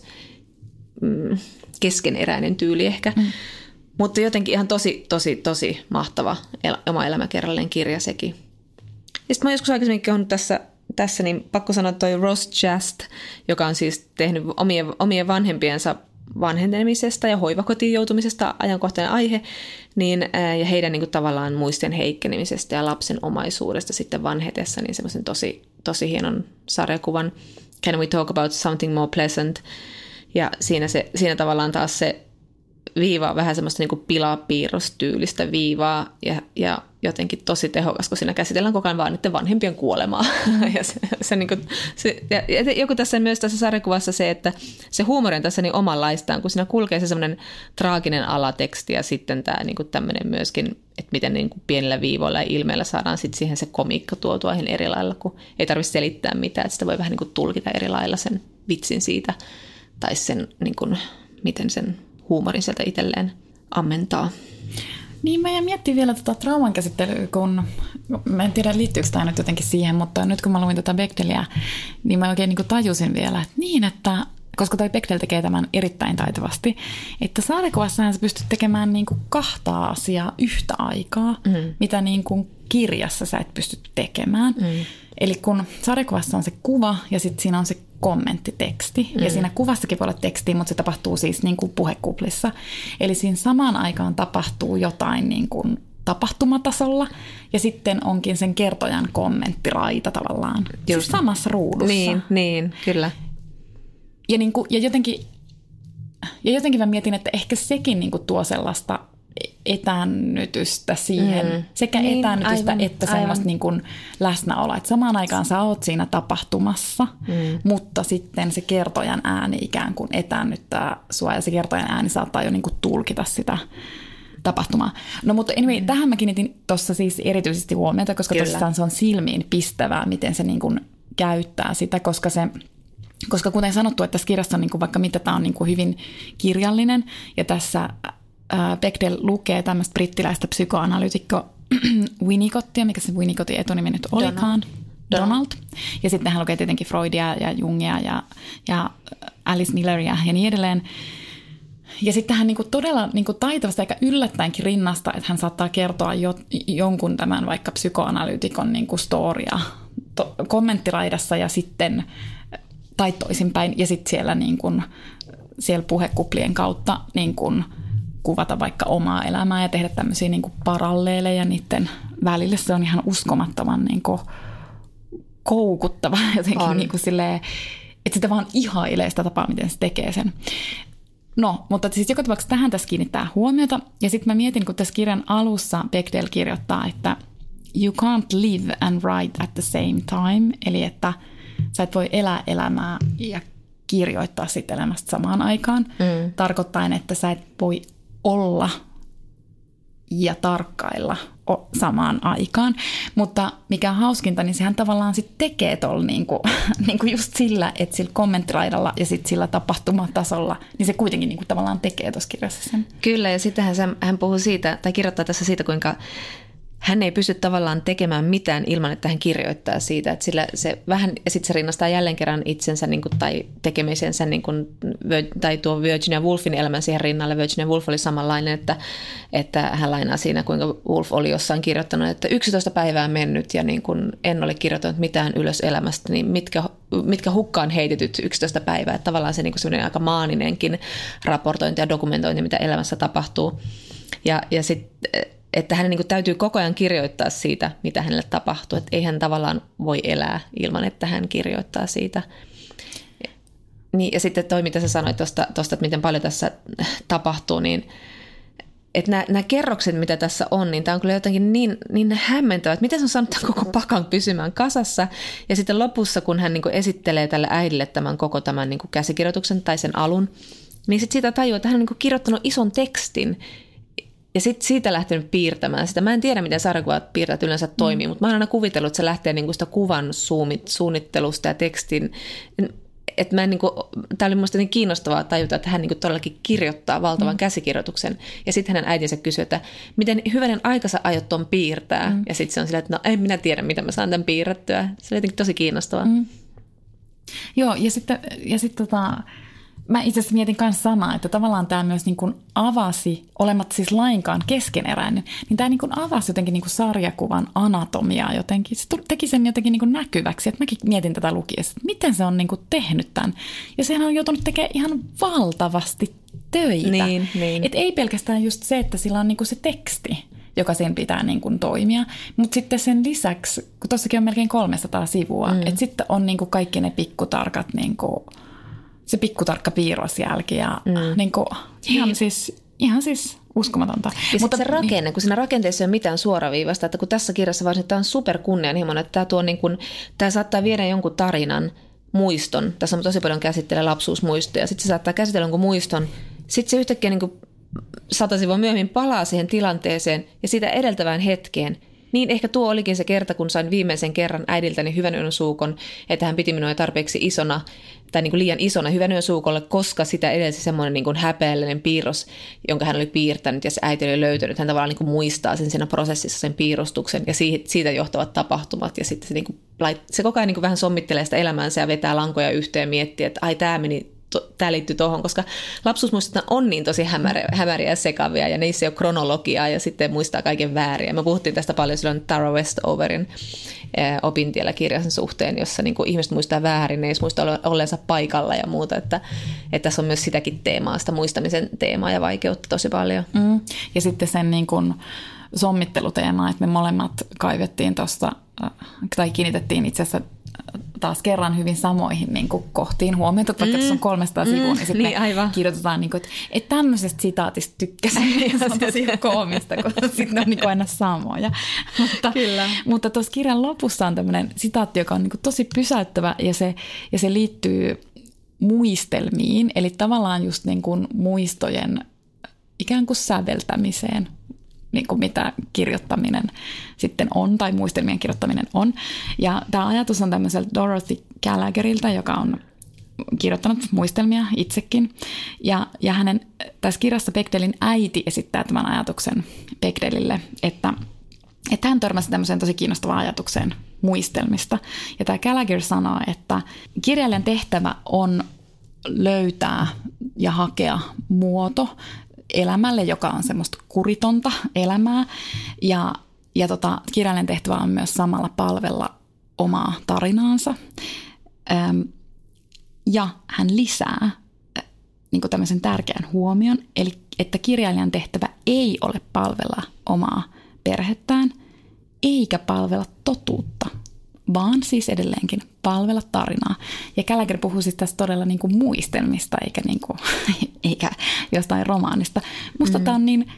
mm, keskeneräinen tyyli ehkä. Mm. Mutta jotenkin ihan tosi, tosi, tosi mahtava el- oma elämäkerrallinen kirja sekin. Ja sitten mä joskus aikaisemmin kehonnut tässä, tässä, niin pakko sanoa toi Ross Just, joka on siis tehnyt omien, omien vanhempiensa vanhenemisesta ja hoivakotiin joutumisesta ajankohtainen aihe, niin, ää, ja heidän niin kuin, tavallaan muistien heikkenemisestä ja lapsen omaisuudesta sitten vanhetessa, niin semmoisen tosi, tosi hienon sarjakuvan Can we talk about something more pleasant? Ja siinä, se, siinä tavallaan taas se viiva on vähän semmoista niin kuin pilapiirrostyylistä viivaa ja, ja jotenkin tosi tehokas, kun siinä käsitellään koko ajan vaan niiden vanhempien kuolemaa. ja se, se, niin kuin, se, ja joku tässä myös tässä sarjakuvassa se, että se huumori on tässä niin omanlaistaan, kun siinä kulkee se semmoinen traaginen alateksti ja sitten tämä niin kuin tämmöinen myöskin, että miten niin kuin pienillä viivoilla ja ilmeillä saadaan sitten siihen se komiikka tuotua ihan eri lailla, kun ei tarvitse selittää mitään, että sitä voi vähän niin kuin tulkita eri lailla sen vitsin siitä tai sen, niin kuin, miten sen huumorin sieltä itselleen ammentaa. Niin, mä jäin miettimään vielä tätä trauman käsittelyä, kun mä en tiedä liittyykö tämä nyt jotenkin siihen, mutta nyt kun mä luin tätä Bechdelliä, niin mä oikein niin kuin tajusin vielä, että niin, että koska toi Bechdel tekee tämän erittäin taitavasti, että sarjakuvassahan sä pystyt tekemään niin kuin kahta asiaa yhtä aikaa, mm. mitä niin kuin kirjassa sä et pysty tekemään. Mm. Eli kun sarjakuvassa on se kuva ja sitten siinä on se kommenttiteksti. Mm. Ja siinä kuvassakin voi olla tekstiä, mutta se tapahtuu siis niin kuin puhekuplissa. Eli siinä samaan aikaan tapahtuu jotain niin kuin tapahtumatasolla ja sitten onkin sen kertojan kommenttiraita tavallaan. Siis samassa ruudussa. Niin, niin, kyllä. Ja, niin kuin, ja, jotenkin, ja jotenkin mä mietin, että ehkä sekin niin kuin tuo sellaista etäännytystä siihen, mm. sekä niin, etäännytystä aivan, että semmoista niin kuin läsnäoloa. Että samaan aikaan sä oot siinä tapahtumassa, mm. mutta sitten se kertojan ääni ikään kuin etäännyttää sua ja se kertojan ääni saattaa jo niin kuin tulkita sitä tapahtumaa. No mutta anyway, mm. tähän mä kiinnitin tuossa siis erityisesti huomiota, koska tosissaan se on silmiin pistävää, miten se niin kuin käyttää sitä, koska se Koska kuten sanottu, että tässä kirjassa on niin kuin vaikka mitä tämä on niin kuin hyvin kirjallinen ja tässä ää, Bechdel lukee tämmöistä brittiläistä psykoanalyytikko Winnicottia, mikä se Winnicottin etunimi nyt olikaan. Donald. Donald. Ja sitten hän lukee tietenkin Freudia ja Jungia ja, ja Alice Milleria ja niin edelleen. Ja sitten hän niinku todella niinku taitavasti aika yllättäenkin rinnasta, että hän saattaa kertoa jo, jonkun tämän vaikka psykoanalyytikon niinku storia to, kommenttiraidassa ja sitten tai toisinpäin, ja sitten siellä, niin kun, siellä puhekuplien kautta niin kun kuvata vaikka omaa elämää ja tehdä tämmöisiä niin kun paralleeleja niiden välille. Se on ihan uskomattoman niin kun koukuttava jotenkin, niin kun silleen, että sitä vaan ihailee sitä tapaa, miten se tekee sen. No, mutta siis joka tapauksessa tähän tässä kiinnittää huomiota. Ja sitten mä mietin, kun tässä kirjan alussa Bechdel kirjoittaa, että you can't live and write at the same time, eli että sä et voi elää elämää ja kirjoittaa siitä elämästä samaan aikaan. Mm. Tarkoittaen, että sä et voi olla ja tarkkailla samaan aikaan. Mutta mikä on hauskinta, niin sehän tavallaan sit tekee tuolla niinku, niinku just sillä, että sillä kommenttiraidalla ja sit sillä tapahtumatasolla, niin se kuitenkin niinku tavallaan tekee tuossa kirjassa sen. Kyllä, ja sittenhän hän puhuu siitä, tai kirjoittaa tässä siitä, kuinka hän ei pysty tavallaan tekemään mitään ilman, että hän kirjoittaa siitä. Että sillä se vähän, ja sitten se rinnastaa jälleen kerran itsensä niin kuin, tai tekemisensä, niin kuin, tai tuo Virginia Woolfin elämän siihen rinnalle. Virginia Woolf oli samanlainen, että, että hän lainaa siinä, kuinka Woolf oli jossain kirjoittanut, että yksitoista päivää mennyt ja niin kuin en ole kirjoittanut mitään ylös elämästä, niin mitkä, mitkä hukkaan heitetyt yksitoista päivää. Että tavallaan se niin kuin sellainen aika maaninenkin raportointi ja dokumentointi, mitä elämässä tapahtuu. Ja, ja sitten että hänen niin kuin täytyy koko ajan kirjoittaa siitä, mitä hänelle tapahtuu. Että ei hän tavallaan voi elää ilman, että hän kirjoittaa siitä. Niin, ja sitten toi, mitä sä sanoit tuosta, että miten paljon tässä tapahtuu, niin että nämä, nämä kerrokset, mitä tässä on, niin tämä on kyllä jotenkin niin, niin hämmentävä, että miten se on saanut tämän koko pakan pysymään kasassa. Ja sitten lopussa, kun hän niin kuin esittelee tälle äidille tämän koko tämän niin kuin käsikirjoituksen tai sen alun, niin sitten siitä tajuu, että hän on niin kuin kirjoittanut ison tekstin, ja sitten siitä lähtenyt piirtämään sitä. Mä en tiedä, miten sarjakuvat piirtäjät yleensä toimii, mm. mutta mä oon aina kuvitellut, että se lähtee niinku sitä kuvan suunnittelusta ja tekstin. että mä en, niin kuin, tää oli musta niin kiinnostavaa tajuta, että hän niin kuin todellakin kirjoittaa valtavan mm. käsikirjoituksen. Ja sitten hänen äitinsä kysyi, että miten hyvänen aika sä aiot ton piirtää? Mm. Ja sitten se on sillä, että no en minä tiedä, mitä mä saan tämän piirrettyä. Se oli jotenkin tosi kiinnostavaa. Mm. Joo, ja sitten ja sit tota, mä itse asiassa mietin myös samaa, että tavallaan tämä myös niin kuin avasi, olematta siis lainkaan keskeneräinen, niin tämä niin kuin avasi jotenkin niin kuin sarjakuvan anatomiaa jotenkin. Se teki sen jotenkin niin kuin näkyväksi, että mäkin mietin tätä lukiessa, että miten se on niin kuin tehnyt tämän. Ja sehän on joutunut tekemään ihan valtavasti töitä. Niin, niin. Että ei pelkästään just se, että sillä on niin kuin se teksti, joka sen pitää niin kuin toimia. Mutta sitten sen lisäksi, kun tuossakin on melkein kolmesataa sivua, mm. että sitten on niin kuin kaikki ne pikkutarkat, niin kuin, se pikkutarkka piirrosjälki ja mm. niin kuin, ihan, siis, ihan siis uskomatonta. Ja mutta se rakenne, kun siinä rakenteessa ei ole mitään suoraviivasta, että kun tässä kirjassa vaan tämä on super kunnianhimoinen, että tämä, tuo niin kuin, tämä saattaa viedä jonkun tarinan, muiston. Tässä on tosi paljon käsittelee lapsuusmuistoja. Sitten se saattaa käsitellä jonkun muiston. Sitten se yhtäkkiä niin kuin sata sivua myöhemmin palaa siihen tilanteeseen ja sitä edeltävään hetkeen. Niin ehkä tuo olikin se kerta, kun sain viimeisen kerran äidiltäni hyvän yön suukon, että hän piti minua tarpeeksi isona tai niin kuin liian isona hyvän yön suukolle, koska sitä edelsi semmoinen niin kuin häpeällinen piirros, jonka hän oli piirtänyt ja se äiti oli löytänyt. Hän tavallaan niin kuin muistaa sen siinä prosessissa sen piirustuksen ja siitä johtavat tapahtumat ja sitten se, niin kuin, se koko ajan niin kuin vähän sommittelee sitä elämäänsä ja vetää lankoja yhteen ja miettii, että ai tämä meni tämä liittyy tuohon, koska lapsuusmuistot on niin tosi hämäriä, hämäriä ja sekavia ja niissä ei ole kronologiaa ja sitten muistaa kaiken vääriä. Me puhuttiin tästä paljon silloin Tara Westoverin opintiellä kirjan suhteen, jossa niin kuin ihmiset muistaa väärin, ne ei muista olleensa paikalla ja muuta, että, että tässä on myös sitäkin teemaa, sitä muistamisen teemaa ja vaikeutta tosi paljon. Mm. Ja sitten sen niin kuin sommitteluteema, että me molemmat kaivettiin tuosta, tai kiinnitettiin itse asiassa taas kerran hyvin samoihin niin kuin kohtiin huomiota, että vaikka mm. tässä on kolmesataa sivua, mm. niin sitten niin, me kirjoitetaan, niin kuin, että, että tämmöisestä sitaatista tykkäsin. Se on tosi koomista, kun sitten ne on niin kuin aina samoja. Mutta, Kyllä. mutta tuossa kirjan lopussa on tämmöinen sitaatti, joka on niin kuin tosi pysäyttävä ja se, ja se liittyy muistelmiin, eli tavallaan just niin kuin muistojen ikään kuin säveltämiseen. Niin kuin mitä kirjoittaminen sitten on, tai muistelmien kirjoittaminen on. Ja tämä ajatus on tämmöiseltä Dorothy Gallagherilta, joka on kirjoittanut muistelmia itsekin. Ja, ja hänen tässä kirjassa Bechdellin äiti esittää tämän ajatuksen Bechdellille, että, että hän törmäsi tämmöiseen tosi kiinnostavaan ajatukseen muistelmista. Ja tämä Gallagher sanoo, että kirjailijan tehtävä on löytää ja hakea muoto elämälle, joka on semmoista kuritonta elämää. Ja, ja tota, kirjailijan tehtävä on myös samalla palvella omaa tarinaansa. Öm, ja hän lisää äh, niin kuin tämmöisen tärkeän huomion, eli että kirjailijan tehtävä ei ole palvella omaa perhettään, eikä palvella totuutta, vaan siis edelleenkin palvella tarinaa. Ja Gallagher puhuu siis tässä todella niin kuin muistelmista, eikä, niin kuin, eikä jostain romaanista. Musta mm-hmm. tämä on niin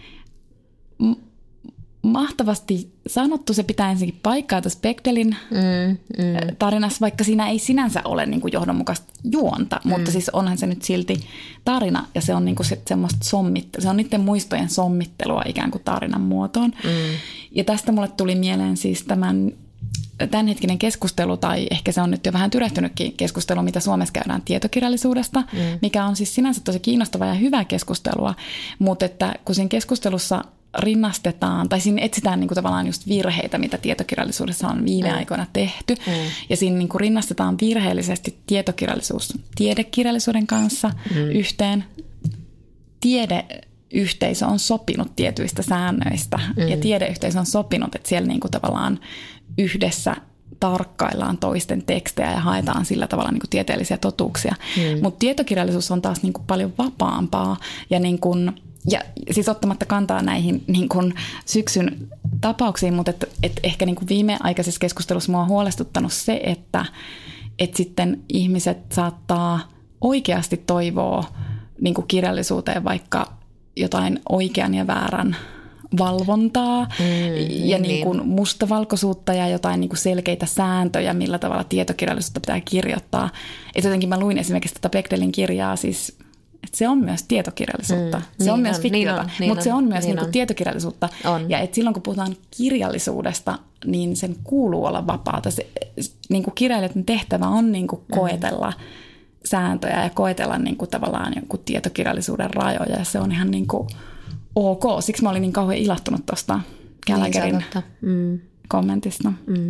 mahtavasti sanottu. Se pitää ensinnäkin paikkaa tässä Bechdellin mm-hmm. tarinassa, vaikka siinä ei sinänsä ole niin kuin johdonmukaista juonta, mm-hmm. mutta siis onhan se nyt silti tarina, ja se on niin kuin se, semmoista sommittelua. Se on niiden muistojen sommittelua ikään kuin tarinan muotoon. Mm-hmm. Ja tästä mulle tuli mieleen siis tämän tämänhetkinen keskustelu, tai ehkä se on nyt jo vähän tyrehtynytkin keskustelu, mitä Suomessa käydään tietokirjallisuudesta, mm. mikä on siis sinänsä tosi kiinnostavaa ja hyvää keskustelua, mutta että kun siinä keskustelussa rinnastetaan, tai siinä etsitään niin kuin tavallaan just virheitä, mitä tietokirjallisuudessa on viime mm. aikoina tehty, mm. ja siinä niin kuin rinnastetaan virheellisesti tietokirjallisuus tiedekirjallisuuden kanssa mm. yhteen. Tiedeyhteisö on sopinut tietyistä säännöistä, mm. ja tiedeyhteisö on sopinut, että siellä niin kuin tavallaan yhdessä tarkkaillaan toisten tekstejä ja haetaan sillä tavalla niin kuin tieteellisiä totuuksia. Mm. Mutta tietokirjallisuus on taas niin kuin paljon vapaampaa ja, niin kuin, ja siis ottamatta kantaa näihin niin kuin syksyn tapauksiin, mutta et, et ehkä niin kuin viimeaikaisessa keskustelussa mua on huolestuttanut se, että et sitten ihmiset saattaa oikeasti toivoa niin kuin kirjallisuuteen vaikka jotain oikean ja väärän valvontaa mm, ja niin kuin niin. mustavalkoisuutta ja jotain niin kuin selkeitä sääntöjä, millä tavalla tietokirjallisuutta pitää kirjoittaa. Et jotenkin mä luin esimerkiksi tätä Bechdellin kirjaa, siis, että se on myös tietokirjallisuutta. Mm, se niin on myös on, fiktiota, niin niin mutta se on myös niin niin kuin tietokirjallisuutta. On. Ja et silloin kun puhutaan kirjallisuudesta, niin sen kuuluu olla vapaata. Se, niin kuin kirjailijoiden tehtävä on niin kuin koetella mm. sääntöjä ja koetella niin kuin tavallaan jonkun tietokirjallisuuden rajoja. Ja se on ihan niin kuin ok. Siksi mä olin niin kauhean ilahtunut tuosta Gallagherin niin, mm. kommentista. Mm.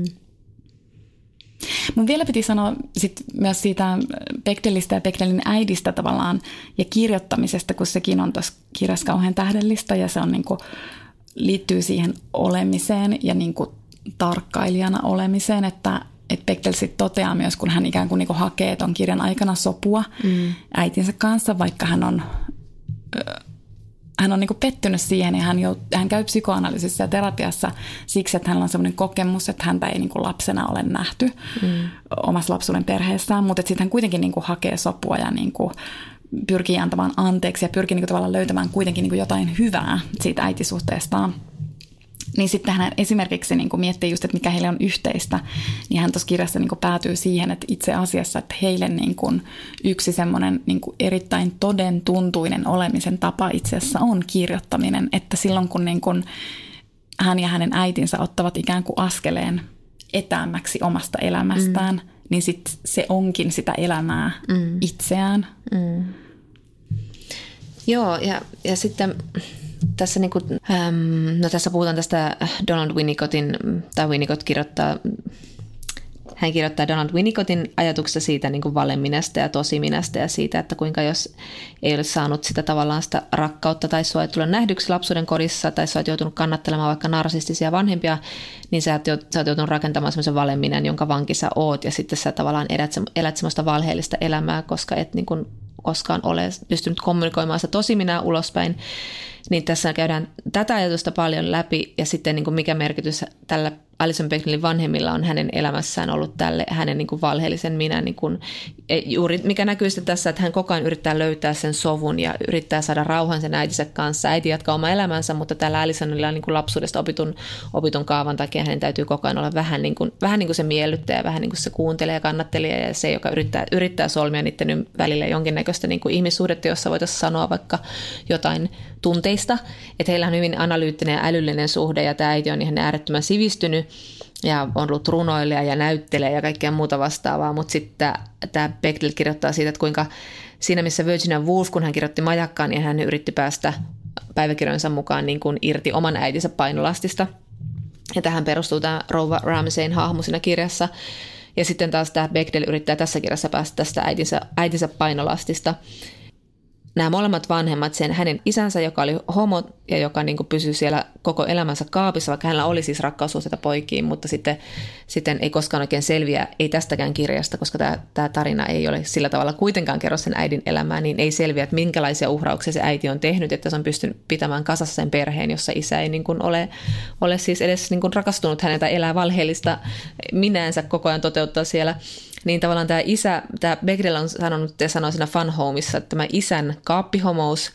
Mun vielä piti sanoa sit myös siitä Bechdellistä ja Bechdellin äidistä tavallaan ja kirjoittamisesta, kun sekin on tuossa kirjassa kauhean tähdellistä ja se on niinku, liittyy siihen olemiseen ja niinku tarkkailijana olemiseen, että et Bechdel sitten toteaa myös, kun hän ikään kuin niinku hakee ton kirjan aikana sopua mm. äitinsä kanssa, vaikka hän on... Hän on niin kuin pettynyt siihen ja hän, jout, hän käy psykoanalyysissä ja terapiassa siksi, että hänellä on sellainen kokemus, että häntä ei niin kuin lapsena ole nähty mm. omassa lapsuuden perheessään, mutta sitten hän kuitenkin niin kuin hakee sopua ja niin kuin pyrkii antamaan anteeksi ja pyrkii niin kuin tavallaan löytämään kuitenkin niin kuin jotain hyvää siitä äitisuhteestaan. Niin sitten hän esimerkiksi niin kuin miettii just, että mikä heille on yhteistä, niin hän tuossa kirjassa niin kuin päätyy siihen, että itse asiassa, että heille niin kuin yksi semmoinen niin kuin erittäin toden tuntuinen olemisen tapa itse asiassa on kirjoittaminen, että silloin kun niin kuin hän ja hänen äitinsä ottavat ikään kuin askeleen etäämmäksi omasta elämästään, mm. niin sitten se onkin sitä elämää mm. itseään. Mm. Joo, ja, ja sitten... Tässä, niin kuin, ähm, no tässä puhutaan tästä Donald Winnicottin, tai Winnicott kirjoittaa, hän kirjoittaa Donald Winnicottin ajatuksesta siitä niin kuin valeminästä ja tosiminästä ja siitä, että kuinka jos ei ole saanut sitä tavallaan sitä rakkautta tai sua ei tule nähdyksi lapsuuden kodissa tai sä oot joutunut kannattelemaan vaikka narsistisia vanhempia, niin sä oot, sä oot joutunut rakentamaan semmoisen valeminän, jonka vanki sä oot ja sitten sä tavallaan elät, elät semmoista valheellista elämää, koska et niin kuin koskaan ole pystynyt kommunikoimaan sitä tosiminää ulospäin. Niin tässä käydään tätä ajatusta paljon läpi ja sitten niin kuin mikä merkitys tällä Alison Bechdellin vanhemmilla on hänen elämässään ollut tälle hänen niin kuin valheellisen minän. Niin kuin, juuri mikä näkyy sitten tässä, että hän koko ajan yrittää löytää sen sovun ja yrittää saada rauhan sen äitinsä kanssa. Äiti jatkaa omaa elämänsä, mutta tällä Alisonilla niin kuin lapsuudesta opitun, opitun kaavan takia hänen täytyy koko ajan olla vähän niin kuin, vähän niin kuin se miellyttäjä, vähän niin kuin se kuuntelee ja kannattelija ja se, joka yrittää, yrittää solmia niiden välillä jonkinnäköistä niin kuin ihmissuhdetta, jossa voitaisiin sanoa vaikka jotain tunteista. Että heillä on hyvin analyyttinen ja älyllinen suhde ja tämä äiti on ihan äärettömän sivistynyt ja on ollut runoilija ja näyttelee ja kaikkea muuta vastaavaa, mutta sitten tämä Bechdel kirjoittaa siitä, että kuinka siinä missä Virginia Woolf, kun hän kirjoitti Majakkaan, niin hän yritti päästä päiväkirjojensa mukaan niin kuin irti oman äitinsä painolastista. Ja tähän perustuu tämä rouva Ramsayn hahmo siinä kirjassa. Ja sitten taas tämä Bechdel yrittää tässä kirjassa päästä tästä äitinsä, äitinsä painolastista. Nämä molemmat vanhemmat, sen hänen isänsä, joka oli homo ja joka niin kuin pysyi siellä koko elämänsä kaapissa, vaikka hänellä oli siis rakkaussuhteita poikiin, mutta sitten, sitten ei koskaan oikein selviä, ei tästäkään kirjasta, koska tämä, tämä tarina ei ole sillä tavalla kuitenkaan kerro sen äidin elämää, niin ei selviä, että minkälaisia uhrauksia se äiti on tehnyt, että se on pystynyt pitämään kasassa sen perheen, jossa isä ei niin kuin ole, ole siis edes niin kuin rakastunut hänen tai elää valheellista minäänsä koko ajan toteuttaa siellä. Niin tavallaan tämä isä, tämä Bechdel on sanonut ja sanoi siinä Fun Homeissa, että tämä isän kaappihomous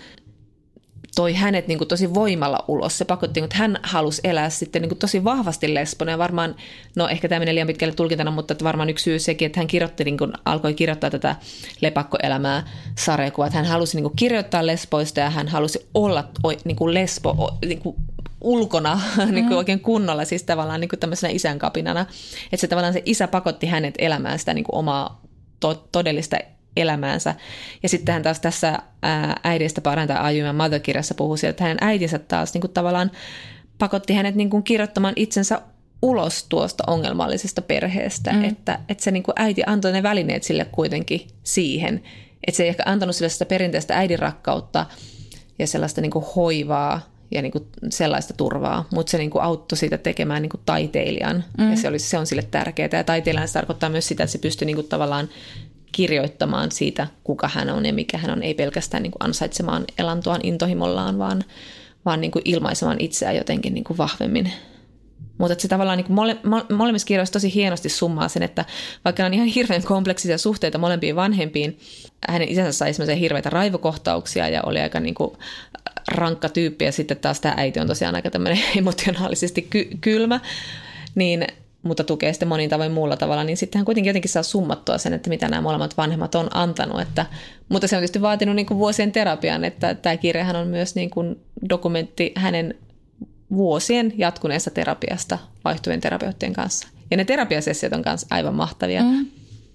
toi hänet niin kuin tosi voimalla ulos. Se pakotti, että hän halusi elää sitten niin kuin tosi vahvasti lesbona ja varmaan, no ehkä tämä menee liian pitkälle tulkintana, mutta että varmaan yksi syy sekin, että hän kirjoitti, niin kuin, alkoi kirjoittaa tätä lepakkoelämää sarjakuvaa, että hän halusi niin kuin kirjoittaa lesboista ja hän halusi olla niin kuin lesbo, niin kuin ulkona mm. niin kuin oikein kunnolla, siis tavallaan niin kuin tämmöisenä isän kapinana. Että se tavallaan se isä pakotti hänet elämään sitä niin kuin omaa to- todellista elämäänsä. Ja sitten hän taas tässä ää, äidistä parantaa Ayuman Mother-kirjassa puhuu siitä, että hänen äitinsä taas niin kuin tavallaan pakotti hänet niin kuin kirjoittamaan itsensä ulos tuosta ongelmallisesta perheestä. Mm. Että, että se niin kuin äiti antoi ne välineet sille kuitenkin siihen. Että se ei ehkä antanut sille sitä perinteistä äidin rakkautta ja sellaista niin kuin hoivaa ja niin kuin sellaista turvaa, mutta se niin kuin auttoi siitä tekemään niin kuin taiteilijan. Mm. Ja se, oli, se on sille tärkeää. Ja taiteilijan se tarkoittaa myös sitä, että se pystyy niin kuin tavallaan kirjoittamaan siitä, kuka hän on ja mikä hän on, ei pelkästään niin kuin ansaitsemaan elantoaan intohimollaan, vaan, vaan niin kuin ilmaisemaan itseään jotenkin niin kuin vahvemmin. Mutta se tavallaan niin kuin mole, molemmissa kirjoissa tosi hienosti summaa sen, että vaikka on ihan hirveän kompleksisia suhteita molempiin vanhempiin, hänen isänsä sai semmoisia hirveitä raivokohtauksia ja oli aika niin kuin rankka tyyppi ja sitten taas tämä äiti on tosiaan aika tämmöinen emotionaalisesti ky- kylmä, niin mutta tukee sitten monin tavoin muulla tavalla, niin sitten hän kuitenkin jotenkin saa summattua sen, että mitä nämä molemmat vanhemmat on antanut. Että, mutta se on tietysti vaatinut niin kuin vuosien terapian, että tämä kirjahan on myös niin kuin dokumentti hänen vuosien jatkuneesta terapiasta vaihtuvien terapeuttien kanssa. Ja ne terapiasessiot on myös aivan mahtavia. Mm.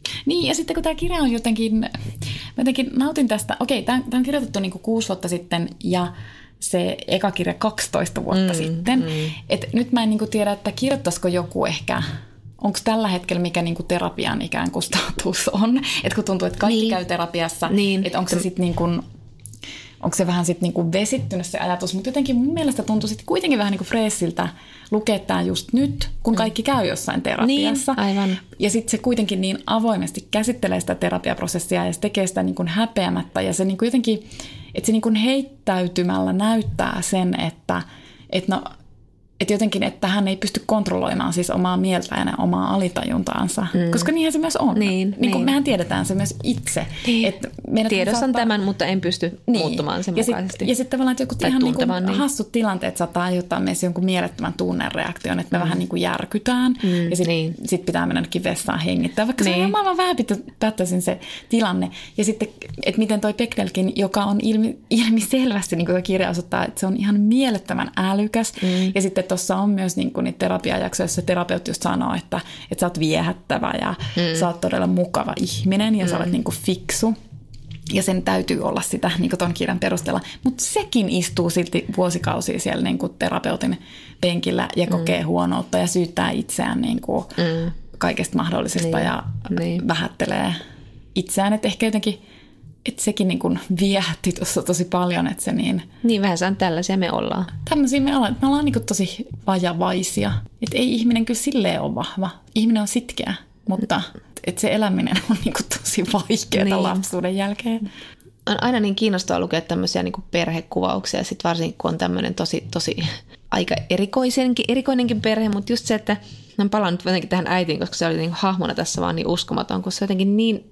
Niin, ja sitten kun tämä kirja on jotenkin, mä jotenkin nautin tästä, okei, tämä on kirjoitettu niin kuin kuusi vuotta sitten ja se eka kirja kaksitoista vuotta mm, sitten. Mm. Et nyt mä en niin kuin tiedä, että kirjoittaisiko joku ehkä, onko tällä hetkellä mikä niin kuin terapian ikään kuin status on, että kun tuntuu, että kaikki niin. käy terapiassa, niin. että onko se sitten niin kuin, onko se vähän sitten niin kuin vesittynyt se ajatus, mutta jotenkin mun mielestä tuntuu sitten kuitenkin vähän niin kuin freessiltä lukea tämä just nyt, kun kaikki käy jossain terapiassa. Niin, aivan. Ja sitten se kuitenkin niin avoimesti käsittelee sitä terapiaprosessia ja se tekee sitä niin kuin häpeämättä ja se niin kuin jotenkin, että se niin kuin heittäytymällä näyttää sen, että, että no, että jotenkin, että hän ei pysty kontrolloimaan siis omaa mieltään ja omaa alitajuntaansa, mm. koska niinhän se myös on. Niin, niin kuin niin. Mehän tiedetään se myös itse. Niin. Tiedostan saattaa... tämän, mutta en pysty niin. muuttumaan sen ja mukaisesti. Sit, ja sitten tavallaan, että joku ihan niin kuin niin. hassut tilanteet saattaa aiheuttaa meissä jonkun mielettömän tunnereaktion, että me mm. vähän niin kuin järkytään mm. ja sitten niin. sit pitää mennä vessaan hengittää, vaikka niin. se on maailman vähäpättäisin se tilanne. Ja sitten, että miten toi Bechdellkin, joka on ilmi, ilmi selvästi, niin kuin kirja osoittaa, että se on ihan mielettömän älykäs mm. ja sitten tuossa on myös niin kuin niitä terapiajaksoja, jossa terapeutti just sanoo, että, että sä oot viehättävä ja mm. sä oot todella mukava ihminen ja mm. sä olet niin kuin fiksu. Ja sen täytyy olla sitä niin kuin ton kirjan perusteella. Mutta sekin istuu silti vuosikausia siellä niin kuin terapeutin penkillä ja kokee mm. huonoutta ja syyttää itseään niin kuin mm. kaikesta mahdollisesta niin. ja niin. vähättelee itseään. Että ehkä jotenkin... Että sekin niin kuin viehätti tuossa tosi paljon, että se niin... Niin vähän saan tällaisia me ollaan. Tämmöisiä me ollaan. Me ollaan niin kuin tosi vajavaisia. Että ei ihminen kyllä silleen ole vahva. Ihminen on sitkeä, mutta että se eläminen on niin kuin tosi vaikeaa niin. lapsuuden jälkeen. On aina niin kiinnostavaa lukea tämmöisiä niin kuin perhekuvauksia. Sitten varsinkin kun on tämmöinen tosi, tosi aika erikoisenkin, erikoinenkin perhe. Mutta just se, että mä palaan nyt jotenkin tähän äitiin, koska se oli niin kuin hahmona tässä vaan niin uskomaton, kun se jotenkin niin...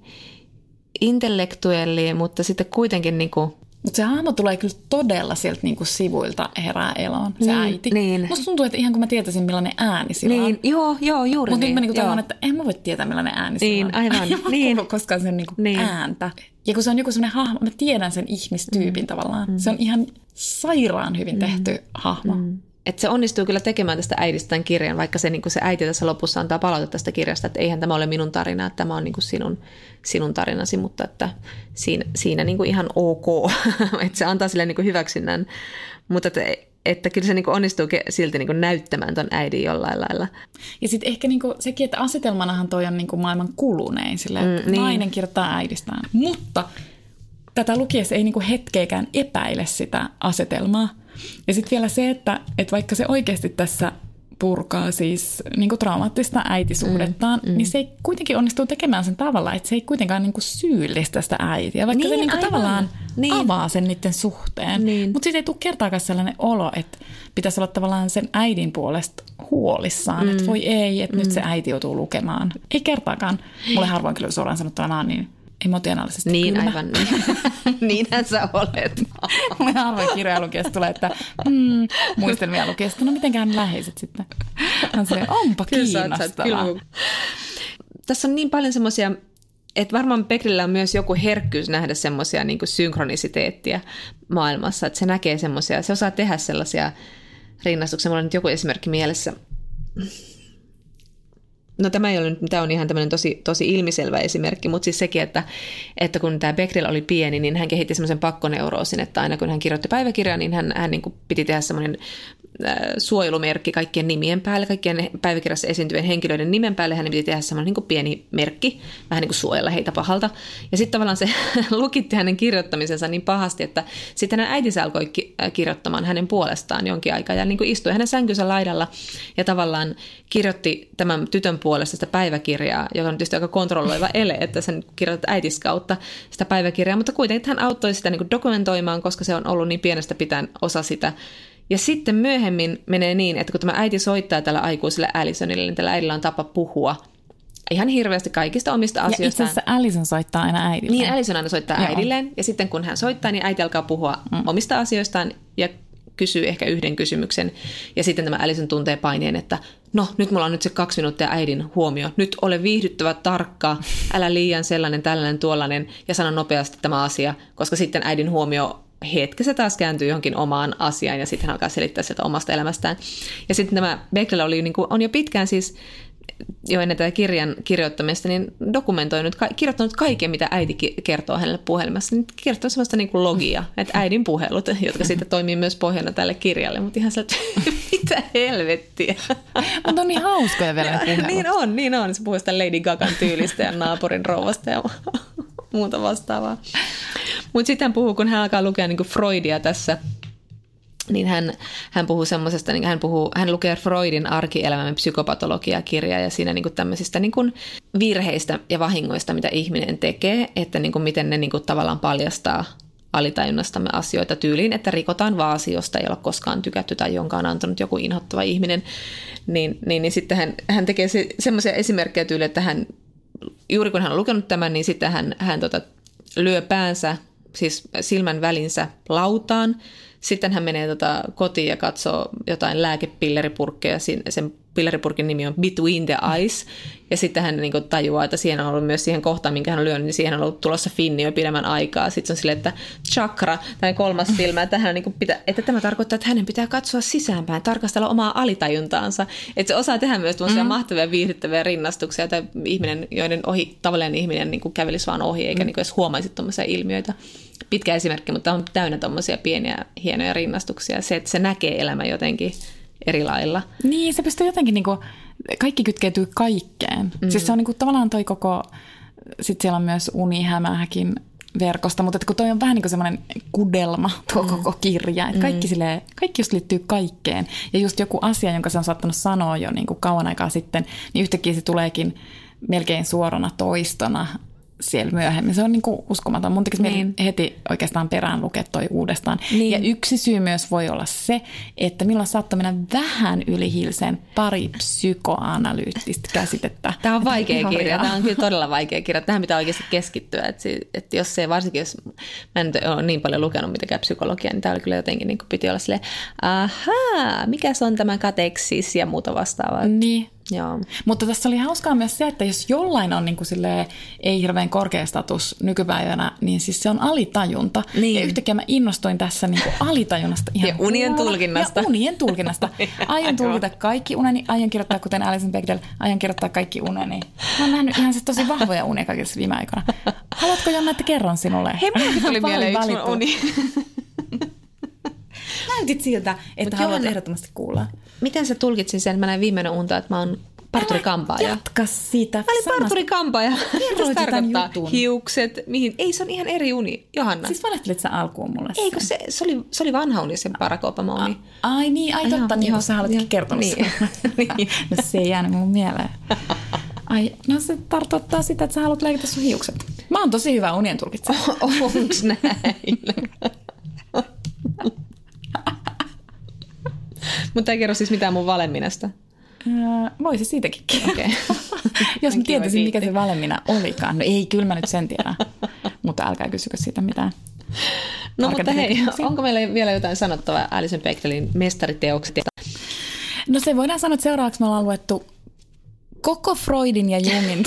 intellektuelli, mutta sitten kuitenkin niinku... Mutta se hahmo tulee kyllä todella sieltä niinku sivuilta herää eloon, se niin, äiti. Niin. Musta tuntuu, että ihan kun mä tietäisin, millainen ääni sillä niin, on. Joo, joo, juuri Mut niin. Mutta nyt mä niinku toivon, että en mä voi tietää, millainen ääni niin, sillä on. Aivan, ja mä niin. kuullut koskaan sen niinku niin. ääntä. Ja kun se on joku sellainen hahmo, mä tiedän sen ihmistyypin mm. tavallaan. Mm. Se on ihan sairaan hyvin tehty mm. hahmo. Mm. Että se onnistuu kyllä tekemään tästä äidistä tämän kirjan, vaikka se, niin se äiti tässä lopussa antaa palautetta tästä kirjasta, että eihän tämä ole minun tarina, että tämä on niin sinun, sinun tarinasi, mutta että siinä, siinä niin ihan ok, että se antaa sille niin hyväksynnän, mutta että, että kyllä se niin onnistuu silti niin näyttämään ton äidin jollain lailla. Ja sitten ehkä niin sekin, että asetelmanahan toi on niin maailman kulunein, silleen, mm, niin. nainen kirjoittaa äidistään, mutta tätä lukiessa ei niin hetkeäkään epäile sitä asetelmaa. Ja sitten vielä se, että, että vaikka se oikeasti tässä purkaa siis niin kuin traumaattista äitisuhdettaan, mm, mm. niin se ei kuitenkin onnistuu tekemään sen tavalla, että se ei kuitenkaan niin kuin syyllistä sitä äitiä, vaikka niin, se niin kuin tavallaan niin. avaa sen niiden suhteen. Niin. Mutta siitä ei tule kertaakaan sellainen olo, että pitäisi olla tavallaan sen äidin puolesta huolissaan, mm. että voi ei, että mm. nyt se äiti joutuu lukemaan. Ei kertaakaan. Mulle harvoin kyllä suoraan sanottuna mä oon niin emotionaalisesti niin, kylmä. Aivan niin. Niinhän sä olet. Mulle harvoin kirjoja lukiessa tulee, että mm, muistelmia lukiessa, no mitenkään läheiset sitten. On se, onpa kiinnostavaa. Tässä on niin paljon semmoisia, että varmaan Bechdellillä on myös joku herkkyys nähdä semmoisia niin kuin synkronisiteettiä maailmassa, että se näkee semmoisia, se osaa tehdä sellaisia rinnastuksia. Mulla on nyt joku esimerkki mielessä. No tämä ei ole nyt, tämä on ihan tämmöinen tosi, tosi ilmiselvä esimerkki, mutta siis sekin, että, että kun tämä Bechdel oli pieni, niin hän kehitti semmoisen pakkoneuroosin, että aina kun hän kirjoitti päiväkirjaa, niin hän, hän niin kuin piti tehdä semmoinen äh, suojelumerkki kaikkien nimien päälle, kaikkien päiväkirjassa esiintyvien henkilöiden nimen päälle, hän piti tehdä semmoinen niin kuin pieni merkki, vähän niin kuin suojella heitä pahalta. Ja sitten tavallaan se lukitti hänen kirjoittamisensa niin pahasti, että sitten hänen äitinsä alkoi kirjoittamaan hänen puolestaan jonkin aikaa ja niin kuin istui hänen sänkynsä laidalla ja tavallaan kirjoitti tämän tytön puolesta sitä päiväkirjaa, joka on tietysti aika kontrolloiva ele, että sen kirjoitat äitis kautta sitä päiväkirjaa, mutta kuitenkin hän auttoi sitä niin kuin dokumentoimaan, koska se on ollut niin pienestä pitäen osa sitä. Ja sitten myöhemmin menee niin, että kun tämä äiti soittaa tällä aikuiselle Allisonille, niin tällä äidillä on tapa puhua ihan hirveästi kaikista omista asioistaan. Ja itse asiassa Allison soittaa aina äidilleen. Niin, Allison aina soittaa Joo. äidilleen, ja sitten kun hän soittaa, niin äiti alkaa puhua mm. omista asioistaan ja kysyy ehkä yhden kysymyksen. Ja sitten tämä Allison tuntee paineen, että no, nyt mulla on nyt se kaksi minuuttia äidin huomio. Nyt ole viihdyttävä, tarkka, älä liian sellainen, tällainen, tuollainen ja sano nopeasti tämä asia, koska sitten äidin huomio hetkessä taas kääntyy johonkin omaan asiaan ja sitten hän alkaa selittää sieltä omasta elämästään. Ja sitten tämä Bechdel oli, niin kuin, on jo pitkään siis jo ennen tätä kirjan kirjoittamista, niin dokumentoinut, kirjoittanut kaiken, mitä äiti kertoo hänelle puhelimessa. Niin kertoo sellaista niin kuin logia, että äidin puhelut, jotka sitten toimii myös pohjana tälle kirjalle. Mutta ihan sellaista, mitä helvettiä. Mutta on niin hauskoja vielä ne puhelut. Niin on, niin on. Se puhuu sitä Lady Gagan tyylistä ja naapurin rouvasta ja muuta vastaavaa. Mutta sitten hän puhuu, kun hän alkaa lukea niin kuin Freudia tässä, niin hän, hän puhuu semmoisesta, niin hän, puhuu, hän lukee Freudin arkielämän psykopatologia-kirjaa ja siinä niin kuin tämmöisistä niin kuin virheistä ja vahingoista, mitä ihminen tekee, että niin kuin miten ne niin kuin tavallaan paljastaa alitajunnastamme asioita tyyliin, että rikotaan vaasi, josta ei ole koskaan tykätty tai jonka on antanut joku inhottava ihminen, niin, niin, niin sitten hän, hän tekee se, semmoisia esimerkkejä tyyliin, että hän, juuri kun hän on lukenut tämän, niin sitten hän, hän tota, lyö päänsä, siis silmän välinsä lautaan. Sitten hän menee tota kotiin ja katsoo jotain lääkepilleripurkkeja. Sen pilleripurkin nimi on Between the Eyes. Ja sitten hän niin kuin tajuaa, että siihen on ollut myös siihen kohtaan, minkä hän on lyönyt, niin siihen on ollut tulossa finni jo pidemmän aikaa. Sitten se on silleen, että chakra, tai kolmas silmä, että, hän niin kuin pitää, että tämä tarkoittaa, että hänen pitää katsoa sisäänpäin, tarkastella omaa alitajuntaansa. Että se osaa tehdä myös tämmöisiä mm. mahtavia, viihdyttäviä rinnastuksia, tai ihminen, joiden ohi, tavallinen ihminen niin kuin kävelisi vaan ohi, eikä mm. niin kuin edes huomaisi tuommoisia ilmiöitä. Pitkä esimerkki, mutta on täynnä tuommoisia pieniä, hienoja rinnastuksia. Se, että se näkee elämän jotenkin eri lailla. Niin, se pystyy jotenkin, niin kuin, kaikki kytkeytyy kaikkeen. Mm. Siis se on niin kuin, tavallaan toi koko, sitten siellä on myös unihämähäkin verkosta, mutta kun toi on vähän niin kuin semmoinen kudelma tuo mm. koko kirja. Että kaikki, mm. silleen, kaikki just liittyy kaikkeen. Ja just joku asia, jonka se on saattanut sanoa jo niin kuin kauan aikaa sitten, niin yhtäkkiä se tuleekin melkein suorana toistona siellä myöhemmin. Se on niin kuin uskomaton. Mun tekisi niin. heti oikeastaan perään lukea toi uudestaan. Niin. Ja yksi syy myös voi olla se, että milloin saattoi mennä vähän yli hilseen pari psykoanalyyttistä käsitettä. Tämä on vaikea kirja. Tämä on kyllä todella vaikea kirja. Tähän pitää oikeasti keskittyä. Että, että jos se, varsinkin jos mä en ole niin paljon lukenut mitenkään psykologiaa, niin tämä oli kyllä jotenkin niin kuin piti olla silleen, ahaa, mikä se on tämä kateksis ja muuta vastaavaa. Niin. Joo. Mutta tässä oli hauskaa myös se, että jos jollain on niin kuin silleen, ei hirveän korkea status nykypäivänä, niin siis se on alitajunta. Niin. Ja yhtäkkiä mä innostuin tässä niin kuin alitajunnasta. Ihan ja unien tulkinnasta. Ja unien tulkinnasta. Aion tulkita kaikki uneni, aion kirjoittaa kuten Alison Bechdel, aion kirjoittaa kaikki uneni. Mä oon nähnyt ihan se tosi vahvoja unia kaikissa viime aikoina. Haluatko Jonna, että kerron sinulle? Hei, mullakin tuli mieleen yksi mun uni. Näytit siltä, että haluat Johanna, ehdottomasti kuulla. Miten sä tulkitsin sen, mä näin viimeinen unta, että mä oon parturikampaaja. Jatka siitä. Mä olin parturikampaaja. Mitä se tarkoittaa? Hiukset, mihin? Ei, se on ihan eri uni. Johanna. Siis valehtelit sä alkuun mulle sen? Eikö se, se, oli, se oli vanha uni, se Barack Obama uni. A, ai niin, ai totta, niin kun sä haluatkin kertonut niin. niin. No se ei jäänyt mun mieleen. Ai, no se tarkoittaa sitä, että sä haluat leikata sun hiukset. Mä oon tosi hyvä unien tulkitsija. Onks näin? Mutta ei kerro siis mitään mun valeminasta. Öö, voisi siitäkin kertoa. Okay. Jos mä tietäisin, mikä se valemina olikaan. No ei, kyllä mä nyt sen tiedän. Mutta älkää kysykö siitä mitään. No mutta hei, onko meillä vielä jotain sanottavaa Alison Bechdelin mestariteokset? No se voidaan sanoa, että seuraavaksi me ollaan luettu koko Freudin ja Jungin.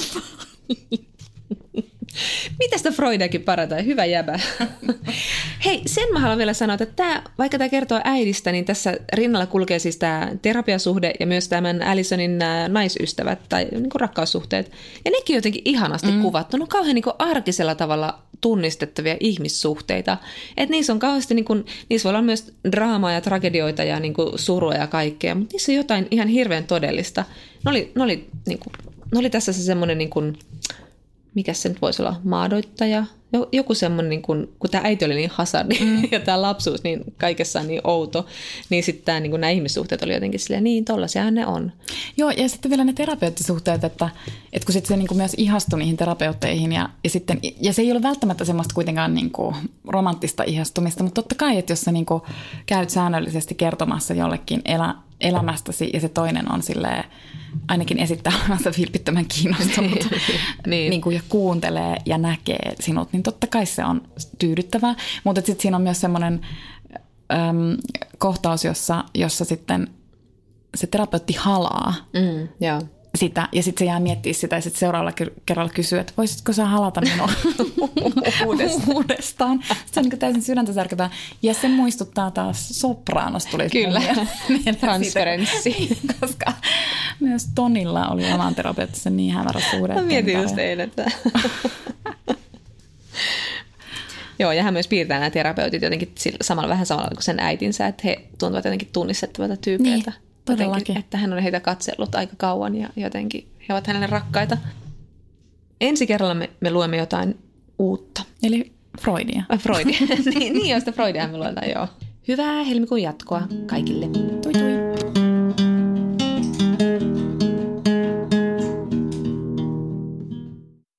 Mitä sitä Freudiakin parataan? Hyvä jäbä. Hei, sen mä haluan vielä sanoa, että tämä, vaikka tämä kertoo äidistä, niin tässä rinnalla kulkee siis tämä terapiasuhde ja myös tämän Alisonin naisystävät tai niin kuin rakkaussuhteet. Ja nekin jotenkin ihanasti mm. kuvattu. Ne on kauhean niin kuin arkisella tavalla tunnistettavia ihmissuhteita. Että niissä on kauheasti, niin kuin, niissä voi olla myös draamaa ja tragedioita ja niin kuin surua ja kaikkea, mutta niissä on jotain ihan hirveän todellista. Ne oli, ne oli, niin kuin, ne oli tässä se semmoinen niin kuin, mikä se nyt voisi olla, maadoittaja, joku semmoinen, niin kun, kun tämä äiti oli niin hasardi mm. ja tämä lapsuus niin kaikessa on niin outo, niin sitten niin nämä ihmissuhteet oli jotenkin silleen, niin tollaisiahan ne on. Joo, ja sitten vielä ne terapeuttisuhteet, että, että kun sitten se niin myös ihastui niihin terapeutteihin, ja, ja, sitten, ja se ei ole välttämättä semmoista kuitenkaan niin kuin romanttista ihastumista, mutta totta kai, että jos sä niin kuin käyt säännöllisesti kertomassa jollekin elä, elämästäsi, ja se toinen on silleen, ainakin esittää olevansa vilpittömän kiinnostunut niin. Niin kuin, ja kuuntelee ja näkee sinut, niin totta kai se on tyydyttävää. Mutta sitten siinä on myös semmoinen äm, kohtaus, jossa, jossa sitten se terapeutti halaa. Mm, yeah. sitä, ja sitten se jää miettiä sitä, ja sitten seuraavalla kerralla kysyy, että voisitko sä halata minua uudestaan. uudestaan. Se on niin täysin sydäntä särkevää. Ja se muistuttaa taas Sopraanosta tuli. Kyllä, transferenssi. Koska myös Tonilla oli elämänterapeutissa niin hämärä suhde. Mä mietin just eilen, että... Joo, ja hän myös piirtää nämä terapeutit jotenkin samalla, vähän samalla kuin sen äitinsä, että he tuntuvat jotenkin tunnistettavalta tyypeiltä. Niin, todellakin. Että hän on heitä katsellut aika kauan ja jotenkin he ovat hänelle rakkaita. Ensi kerralla me, me luemme jotain uutta. Eli Freudia. Äh, Freudia. niin, niin, josta Freudia me luetaan, joo. Hyvää helmikuun jatkoa kaikille. Tui tui.